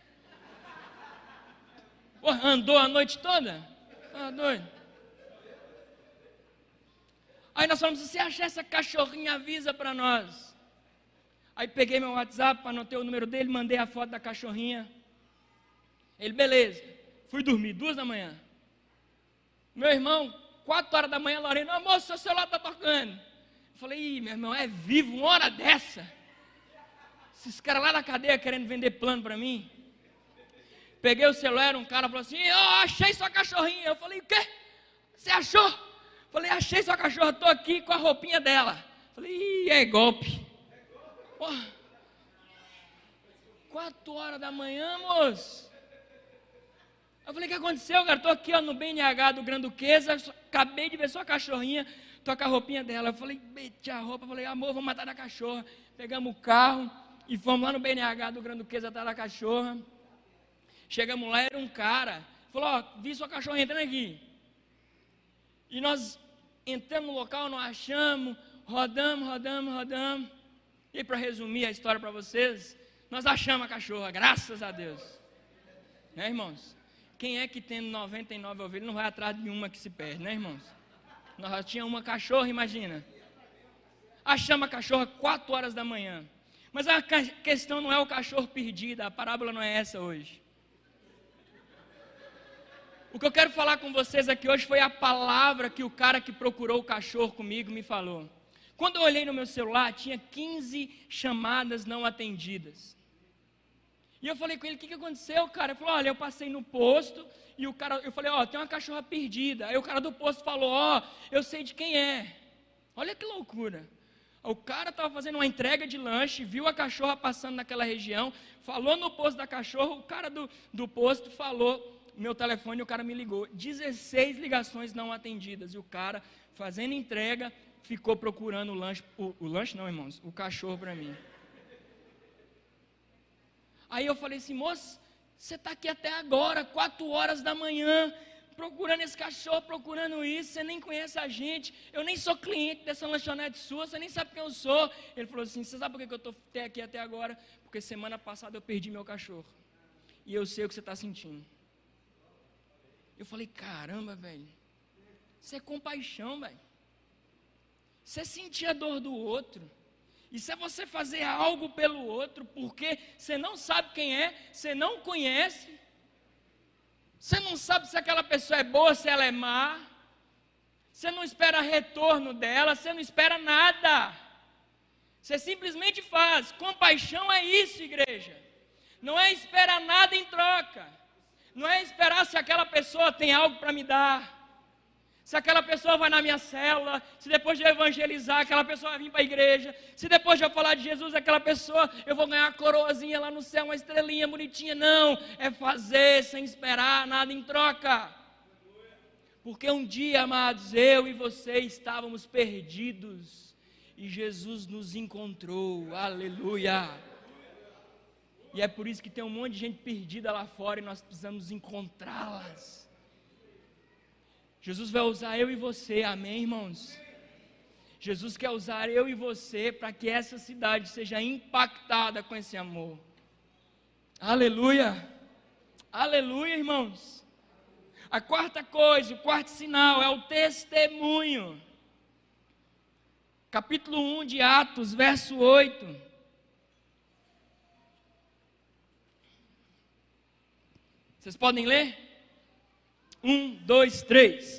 Pô, andou a noite toda? Tá doido? Aí nós falamos, se você achar essa cachorrinha, avisa para nós. Aí peguei meu WhatsApp, anotei o número dele, mandei a foto da cachorrinha. Ele, beleza. Fui dormir, 2 da manhã. Meu irmão, 4 horas da manhã, Lorena, moço, seu celular está tocando. Eu falei, meu irmão, é vivo, 1 hora dessa? Esses caras lá da cadeia querendo vender plano para mim. Peguei o celular, um cara falou assim, achei sua cachorrinha. Eu falei, o quê? Você achou? Eu falei, achei sua cachorra, estou aqui com a roupinha dela. Eu falei, é golpe. Porra, 4 horas da manhã, moço. Eu falei, o que aconteceu, cara? Estou aqui no BNH do Granduquesa, acabei de ver sua cachorrinha, estou com a roupinha dela. Eu falei, meti a roupa, falei, amor, vamos matar a cachorra. Pegamos o carro e fomos lá no BNH do Granduquesa atrás da cachorra. Chegamos lá, era um cara, falou, vi sua cachorra entrando aqui. E nós entramos no local, não achamos, rodamos. E para resumir a história para vocês, nós achamos a cachorra, graças a Deus. Né, irmãos? quem é que tendo 99 ovelhas não vai atrás de uma que se perde, né, irmãos? Nós já tínhamos uma cachorra, imagina. Achamos a cachorra 4 horas da manhã. Mas a questão não é o cachorro perdido, a parábola não é essa hoje. O que eu quero falar com vocês aqui hoje foi a palavra que o cara que procurou o cachorro comigo me falou. Quando eu olhei no meu celular, tinha 15 chamadas não atendidas. E eu falei com ele, o que aconteceu, cara? Ele falou, olha, eu passei no posto e o cara, eu falei, ó, tem uma cachorra perdida. Aí o cara do posto falou, ó, eu sei de quem é. Olha que loucura. O cara estava fazendo uma entrega de lanche, viu a cachorra passando naquela região, falou no posto da cachorra, o cara do posto falou, meu telefone, o cara me ligou. 16 ligações não atendidas. E o cara, fazendo entrega, ficou procurando o lanche. O lanche não, irmãos, o cachorro para mim. Aí eu falei assim, moço, você está aqui até agora, 4 horas da manhã, procurando esse cachorro, procurando isso, você nem conhece a gente, eu nem sou cliente dessa lanchonete sua, você nem sabe quem eu sou. Ele falou assim, você sabe por que eu estou aqui até agora? Porque semana passada eu perdi meu cachorro. E eu sei o que você está sentindo. Eu falei, caramba, velho, isso é compaixão, velho. Isso é sentir a dor do outro. Isso é você fazer algo pelo outro, porque você não sabe quem é, você não conhece, você não sabe se aquela pessoa é boa, se ela é má, você não espera retorno dela, você não espera nada, você simplesmente faz. Compaixão é isso, igreja, não é esperar nada em troca, não é esperar se aquela pessoa tem algo para me dar, se aquela pessoa vai na minha célula, se depois de eu evangelizar, aquela pessoa vai vir para a igreja, se depois de eu falar de Jesus, aquela pessoa, eu vou ganhar uma coroazinha lá no céu, uma estrelinha bonitinha. Não, é fazer sem esperar nada em troca. Porque um dia, amados, eu e você estávamos perdidos e Jesus nos encontrou. Aleluia! E é por isso que tem um monte de gente perdida lá fora e nós precisamos encontrá-las. Jesus vai usar eu e você, amém, irmãos? Jesus quer usar eu e você para que essa cidade seja impactada com esse amor. Aleluia! Aleluia, irmãos! A quarta coisa, o quarto sinal é o testemunho. Capítulo 1 de Atos, verso 8. Vocês podem ler? 1, 2, 3.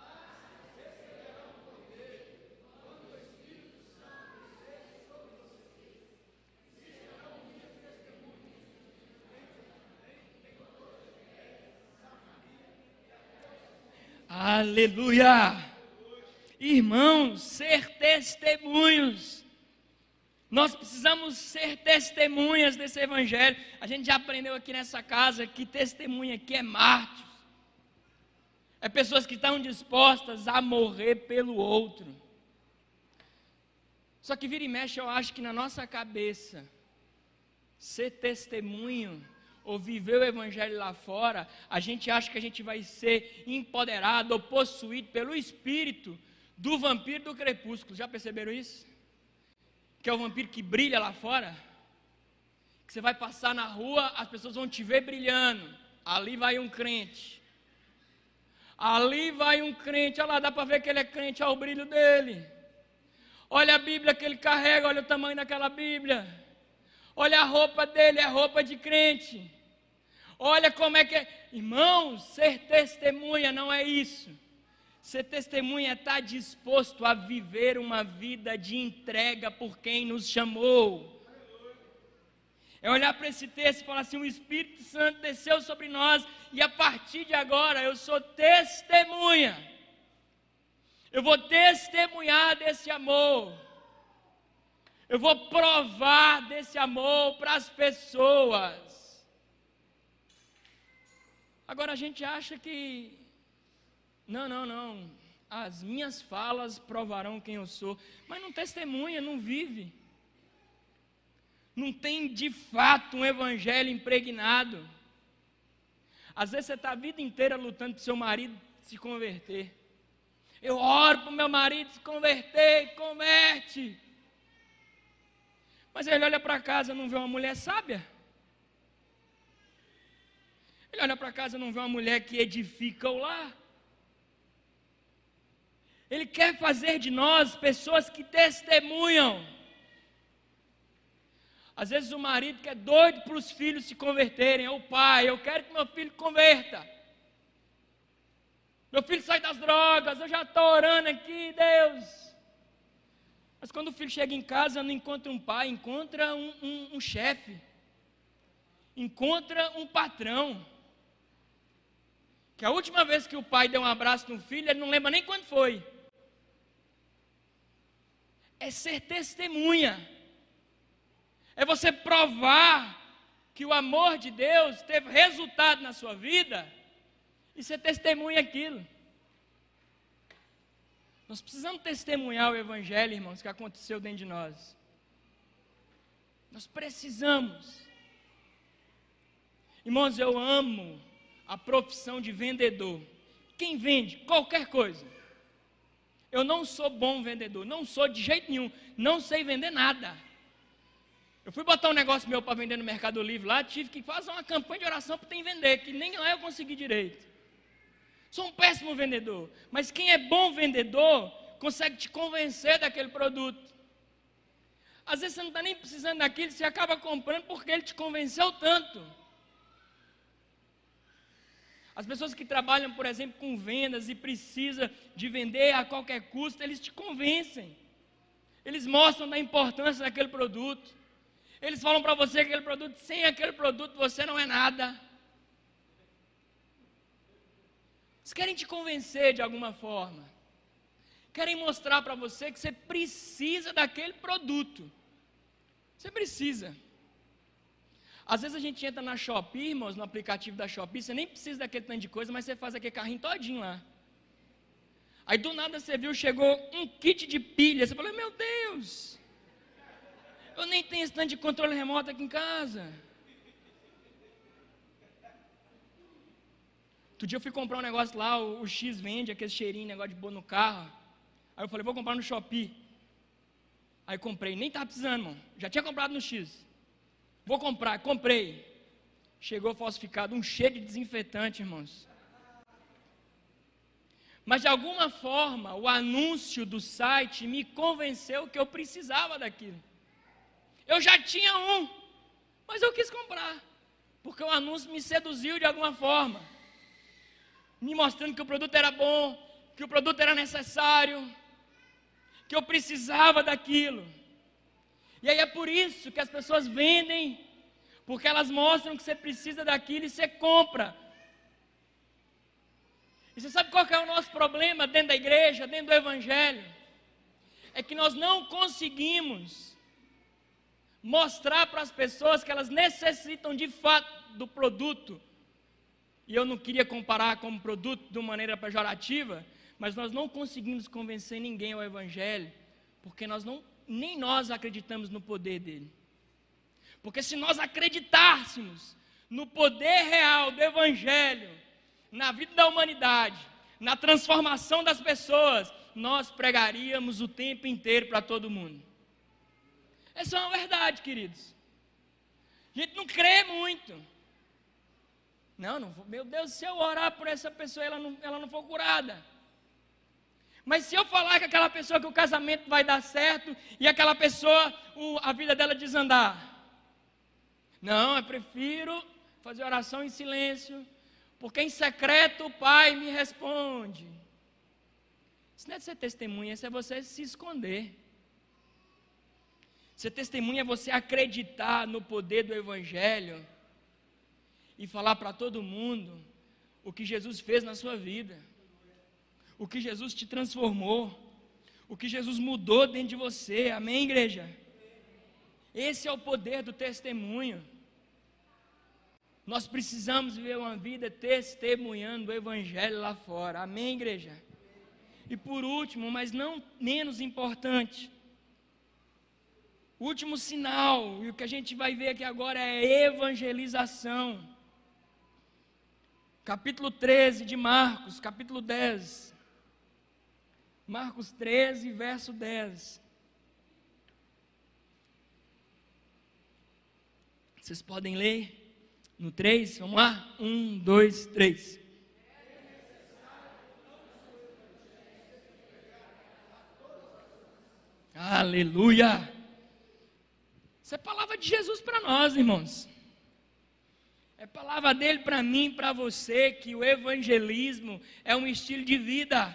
Aleluia! Irmãos, ser testemunhos. Nós precisamos ser testemunhas desse evangelho. A gente já aprendeu aqui nessa casa que testemunha aqui é mártir. É pessoas que estão dispostas a morrer pelo outro. Só que vira e mexe, eu acho que na nossa cabeça, ser testemunho ou viver o evangelho lá fora, a gente acha que a gente vai ser empoderado ou possuído pelo espírito do vampiro do crepúsculo. Já perceberam isso? Que é o vampiro que brilha lá fora. Que você vai passar na rua, as pessoas vão te ver brilhando. Ali vai um crente. Ali vai um crente, olha lá, dá para ver que ele é crente, olha o brilho dele. Olha a Bíblia que ele carrega, olha o tamanho daquela Bíblia. Olha a roupa dele, é roupa de crente. Olha como é que é. Irmãos, ser testemunha não é isso. Ser testemunha é estar disposto a viver uma vida de entrega por quem nos chamou. É olhar para esse texto e falar assim, o Espírito Santo desceu sobre nós e a partir de agora eu sou testemunha. Eu vou testemunhar desse amor. Eu vou provar desse amor para as pessoas. Agora a gente acha que, não, as minhas falas provarão quem eu sou, mas não testemunha, não vive. Não tem de fato um evangelho impregnado. Às vezes você está a vida inteira lutando para o seu marido se converter. Eu oro para o meu marido se converter, converte. Mas ele olha para casa e não vê uma mulher sábia. Ele olha para casa e não vê uma mulher que edifica o lar. Ele quer fazer de nós pessoas que testemunham. Às vezes o marido que é doido para os filhos se converterem, é o pai, eu quero que meu filho converta. Meu filho sai das drogas, eu já estou orando aqui, Deus. Mas quando o filho chega em casa, não encontra um pai, encontra um chefe. Encontra um patrão. Que a última vez que o pai deu um abraço no filho, ele não lembra nem quando foi. É ser testemunha. É você provar que o amor de Deus teve resultado na sua vida e você testemunha aquilo. Nós precisamos testemunhar o evangelho, irmãos, que aconteceu dentro de nós. Nós precisamos. Irmãos, eu amo a profissão de vendedor. Quem vende qualquer coisa. Eu não sou bom vendedor, não sou de jeito nenhum, não sei vender nada. Eu fui botar um negócio meu para vender no Mercado Livre lá, tive que fazer uma campanha de oração para ter vender, que nem lá eu consegui direito. Sou um péssimo vendedor, mas quem é bom vendedor consegue te convencer daquele produto. Às vezes você não está nem precisando daquilo, você acaba comprando porque ele te convenceu tanto. As pessoas que trabalham, por exemplo, com vendas e precisam de vender a qualquer custo, eles te convencem. Eles mostram da importância daquele produto. Eles falam para você que aquele produto, sem aquele produto você não é nada. Eles querem te convencer de alguma forma. Querem mostrar para você que você precisa daquele produto. Você precisa. Às vezes a gente entra na Shopee, irmãos, no aplicativo da Shopee, você nem precisa daquele tanto de coisa, mas você faz aquele carrinho todinho lá. Aí do nada você viu, chegou um kit de pilha, você falou, meu Deus, eu nem tenho esse tanto de controle remoto aqui em casa. Outro dia eu fui comprar um negócio lá, o X vende aquele cheirinho, negócio de pôr no carro. Aí eu falei, vou comprar no Shopee. Aí comprei, nem estava precisando, irmão, já tinha comprado no X. Vou comprar, comprei. Chegou falsificado, um cheiro de desinfetante, irmãos. Mas de alguma forma, o anúncio do site me convenceu que eu precisava daquilo. Eu já tinha um, mas eu quis comprar. Porque o anúncio me seduziu de alguma forma. Me mostrando que o produto era bom, que o produto era necessário, que eu precisava daquilo. E aí é por isso que as pessoas vendem, porque elas mostram que você precisa daquilo e você compra. E você sabe qual que é o nosso problema dentro da igreja, dentro do evangelho? É que nós não conseguimos mostrar para as pessoas que elas necessitam de fato do produto. E eu não queria comparar como produto de uma maneira pejorativa, mas nós não conseguimos convencer ninguém ao evangelho, porque nem nós acreditamos no poder dele. Porque se nós acreditássemos no poder real do evangelho, na vida da humanidade, na transformação das pessoas, nós pregaríamos o tempo inteiro para todo mundo. Essa é uma verdade, queridos. A gente não crê muito. Não, meu Deus, se eu orar por essa pessoa, ela não for curada. Mas se eu falar que aquela pessoa que o casamento vai dar certo e aquela pessoa, a vida dela desandar. Não, eu prefiro fazer oração em silêncio, porque em secreto o Pai me responde. Isso não é ser testemunha, isso é você se esconder. Ser testemunha é você acreditar no poder do Evangelho e falar para todo mundo o que Jesus fez na sua vida. O que Jesus te transformou, o que Jesus mudou dentro de você, amém, igreja? Esse é o poder do testemunho. Nós precisamos viver uma vida testemunhando o evangelho lá fora, amém, igreja? E por último, mas não menos importante, o último sinal, e o que a gente vai ver aqui agora é evangelização. Capítulo 13 de Marcos, capítulo 10. Marcos 13, verso 10. Vocês podem ler? No 3, vamos lá? 1, 2, 3. Aleluia! Isso é palavra de Jesus para nós, irmãos. É palavra dele para mim e para você, que o evangelismo é um estilo de vida.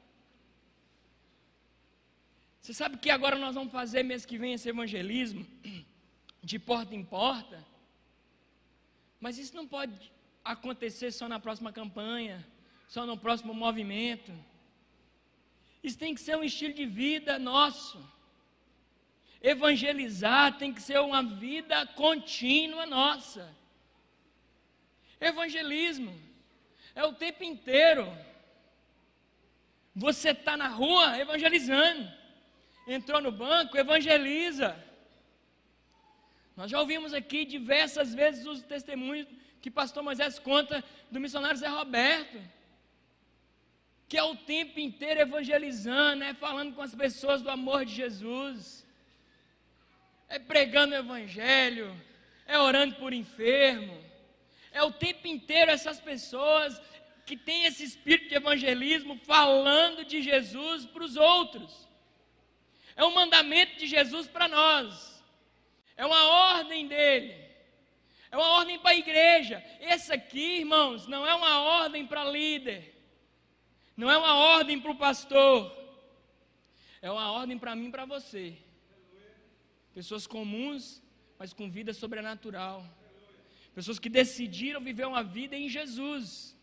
Você sabe que agora nós vamos fazer mês que vem esse evangelismo de porta em porta? Mas isso não pode acontecer só na próxima campanha, só no próximo movimento. Isso tem que ser um estilo de vida nosso. Evangelizar tem que ser uma vida contínua nossa. Evangelismo é o tempo inteiro. Você está na rua evangelizando. Entrou no banco, evangeliza. Nós já ouvimos aqui diversas vezes os testemunhos que pastor Moisés conta do missionário Zé Roberto, que é o tempo inteiro evangelizando, falando com as pessoas do amor de Jesus, pregando o evangelho, orando por enfermo, o tempo inteiro essas pessoas que têm esse espírito de evangelismo falando de Jesus para os outros. É um mandamento de Jesus para nós. É uma ordem dele. É uma ordem para a igreja. Esse aqui, irmãos, não é uma ordem para líder. Não é uma ordem para o pastor. É uma ordem para mim e para você. Pessoas comuns, mas com vida sobrenatural. Pessoas que decidiram viver uma vida em Jesus.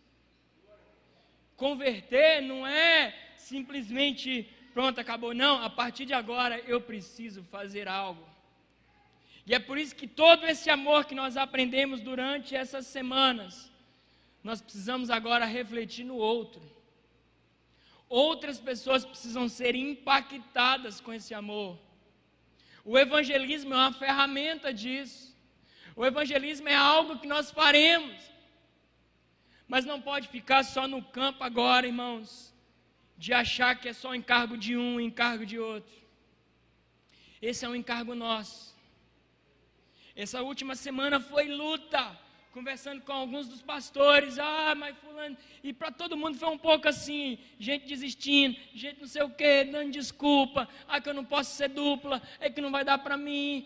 Converter não é simplesmente pronto, acabou. Não, a partir de agora eu preciso fazer algo. E é por isso que todo esse amor que nós aprendemos durante essas semanas, nós precisamos agora refletir no outro. Outras pessoas precisam ser impactadas com esse amor. O evangelismo é uma ferramenta disso. O evangelismo é algo que nós faremos. Mas não pode ficar só no campo agora, irmãos, de achar que é só encargo de um, encargo de outro. Esse é um encargo nosso. Essa última semana foi luta, conversando com alguns dos pastores, mas fulano, e para todo mundo foi um pouco assim, gente desistindo, gente não sei o que, dando desculpa, que eu não posso ser dupla, que não vai dar para mim,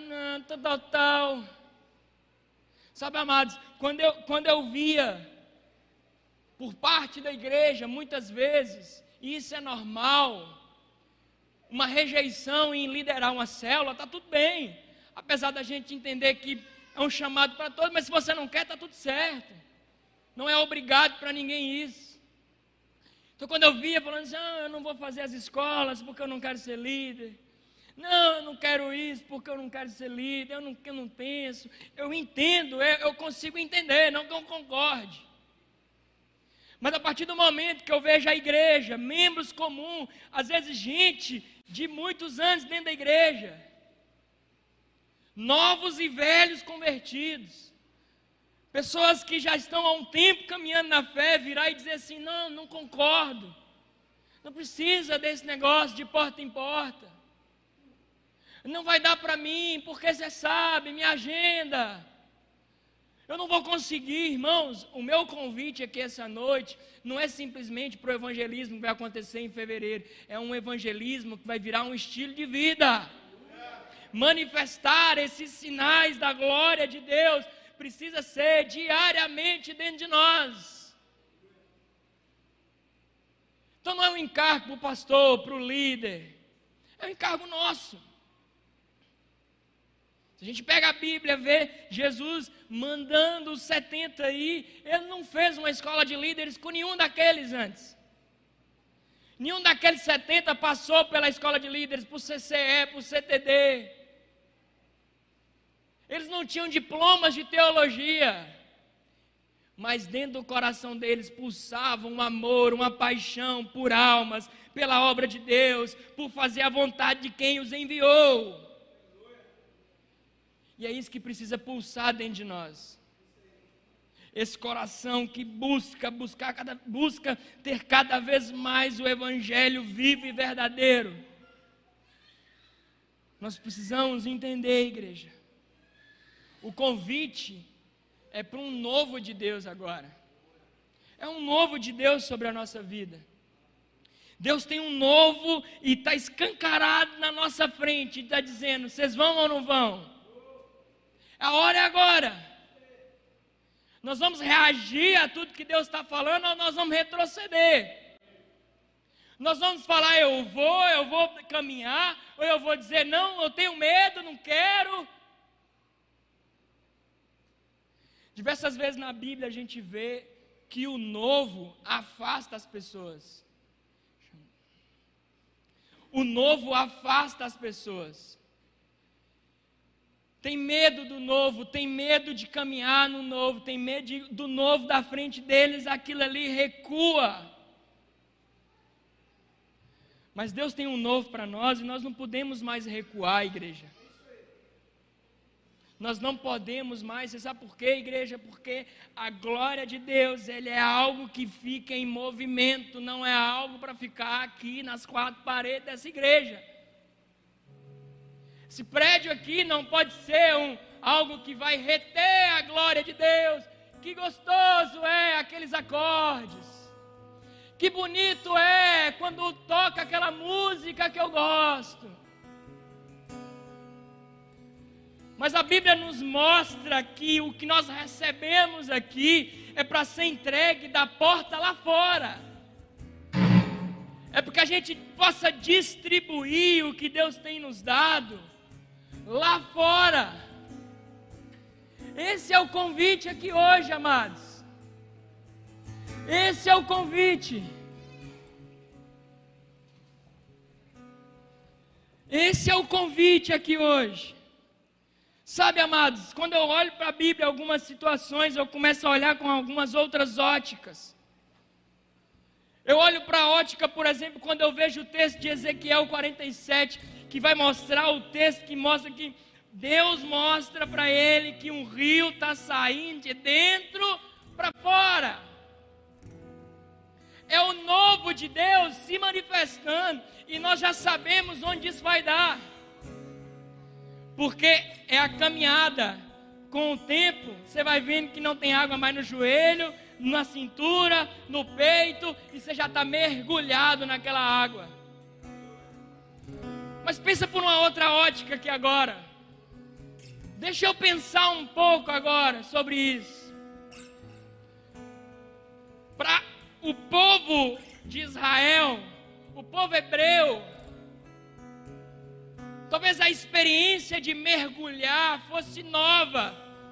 tal. Sabe, amados, quando eu via, por parte da igreja, muitas vezes, e isso é normal, uma rejeição em liderar uma célula, está tudo bem, apesar da gente entender que é um chamado para todos, mas se você não quer, está tudo certo. Não é obrigado para ninguém isso. Então quando eu via falando assim, eu não vou fazer as escolas porque eu não quero ser líder. Não, eu não quero isso porque eu não quero ser líder, eu não penso. Eu entendo, eu consigo entender, não que eu concorde. Mas a partir do momento que eu vejo a igreja, membros comuns, às vezes gente de muitos anos dentro da igreja, novos e velhos convertidos, pessoas que já estão há um tempo caminhando na fé, virar e dizer assim, não concordo, não precisa desse negócio de porta em porta, não vai dar para mim, porque você sabe, minha agenda, eu não vou conseguir. Irmãos, o meu convite aqui essa noite, não é simplesmente para o evangelismo que vai acontecer em fevereiro, é um evangelismo que vai virar um estilo de vida. Manifestar esses sinais da glória de Deus precisa ser diariamente dentro de nós. Então não é um encargo para o pastor, para o líder, é um encargo nosso. Se a gente pega a Bíblia, vê Jesus mandando os 70 aí, ele não fez uma escola de líderes com nenhum daqueles antes. Nenhum daqueles 70 passou pela escola de líderes, por CCE, por CTD. Eles não tinham diplomas de teologia, mas dentro do coração deles pulsava um amor, uma paixão por almas, pela obra de Deus, por fazer a vontade de quem os enviou. E é isso que precisa pulsar dentro de nós. Esse coração que busca ter cada vez mais o evangelho vivo e verdadeiro. Nós precisamos entender, igreja, o convite é para um novo de Deus agora. É um novo de Deus sobre a nossa vida. Deus tem um novo e está escancarado na nossa frente, e está dizendo: vocês vão ou não vão? A hora é agora. Nós vamos reagir a tudo que Deus está falando, ou nós vamos retroceder? Nós vamos falar: eu vou caminhar, ou eu vou dizer: não, eu tenho medo, não quero. Diversas vezes na Bíblia a gente vê que o novo afasta as pessoas. O novo afasta as pessoas. Tem medo do novo, tem medo de caminhar no novo, tem medo do novo da frente deles, aquilo ali recua. Mas Deus tem um novo para nós e nós não podemos mais recuar, igreja. Nós não podemos mais. Você sabe por quê, igreja? Porque a glória de Deus, ele é algo que fica em movimento, não é algo para ficar aqui nas quatro paredes dessa igreja. Esse prédio aqui não pode ser algo que vai reter a glória de Deus. Que gostoso é aqueles acordes. Que bonito é quando toca aquela música que eu gosto. Mas a Bíblia nos mostra que o que nós recebemos aqui é para ser entregue da porta lá fora. É porque a gente possa distribuir o que Deus tem nos dado lá fora. Esse é o convite aqui hoje, amados. Esse é o convite. Esse é o convite aqui hoje. Sabe, amados, quando eu olho para a Bíblia, algumas situações, eu começo a olhar com algumas outras óticas. Eu olho para a ótica, por exemplo, quando eu vejo o texto de Ezequiel 47, que vai mostrar o texto que mostra que Deus mostra para ele que um rio está saindo de dentro para fora. É o novo de Deus se manifestando, e nós já sabemos onde isso vai dar. Porque é a caminhada. Com o tempo, você vai vendo que não tem água mais no joelho, na cintura, no peito, e você já está mergulhado naquela água. Mas pensa por uma outra ótica aqui agora. Deixa eu pensar um pouco agora sobre isso. Para o povo de Israel, o povo hebreu, talvez a experiência de mergulhar fosse nova.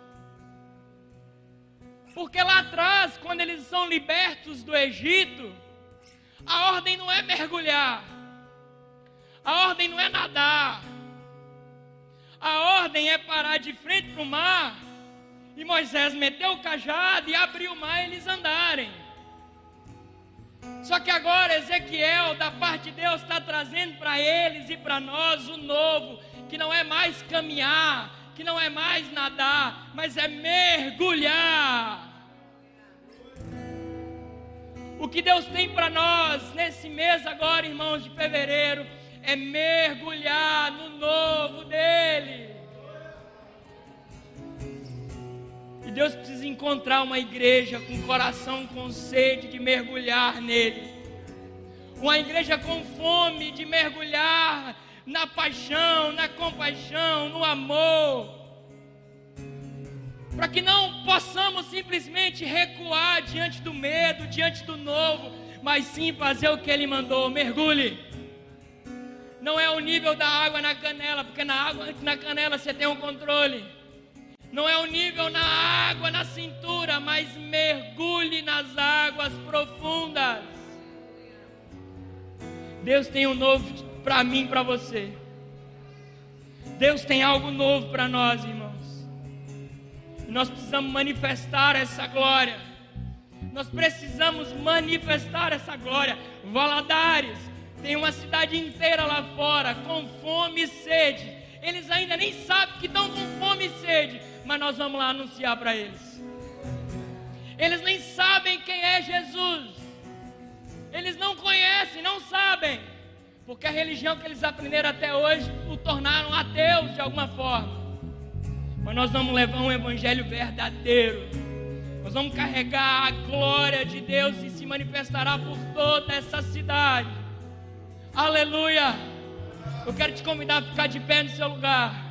Porque lá atrás, quando eles são libertos do Egito, a ordem não é mergulhar. A ordem não é nadar. A ordem é parar de frente para o mar, e Moisés meteu o cajado e abriu o mar e eles andarem. Só que agora Ezequiel, da parte de Deus, está trazendo para eles e para nós o novo, que não é mais caminhar, que não é mais nadar, mas é mergulhar. O que Deus tem para nós nesse mês agora, irmãos, de fevereiro, é mergulhar no novo dele. E Deus precisa encontrar uma igreja com coração, com sede de mergulhar nele. Uma igreja com fome de mergulhar na paixão, na compaixão, no amor. Para que não possamos simplesmente recuar diante do medo, diante do novo, mas sim fazer o que ele mandou: mergulhe. Não é o nível da água na canela, porque na água na canela você tem um controle. Não é o nível na água na cintura, mas mergulhe nas águas profundas. Deus tem um novo para mim, para você. Deus tem algo novo para nós, irmãos. E nós precisamos manifestar essa glória. Nós precisamos manifestar essa glória. Valadares tem uma cidade inteira lá fora com fome e sede. Eles ainda nem sabem que estão com fome e sede, mas nós vamos lá anunciar para eles. Eles nem sabem quem é Jesus. Eles não conhecem, não sabem, porque a religião que eles aprenderam até hoje o tornaram ateus de alguma forma. mas nós vamos levar um evangelho verdadeiro. Nós vamos carregar a glória de Deus e se manifestará por toda essa cidade. Aleluia! Eu quero te convidar a ficar de pé no seu lugar.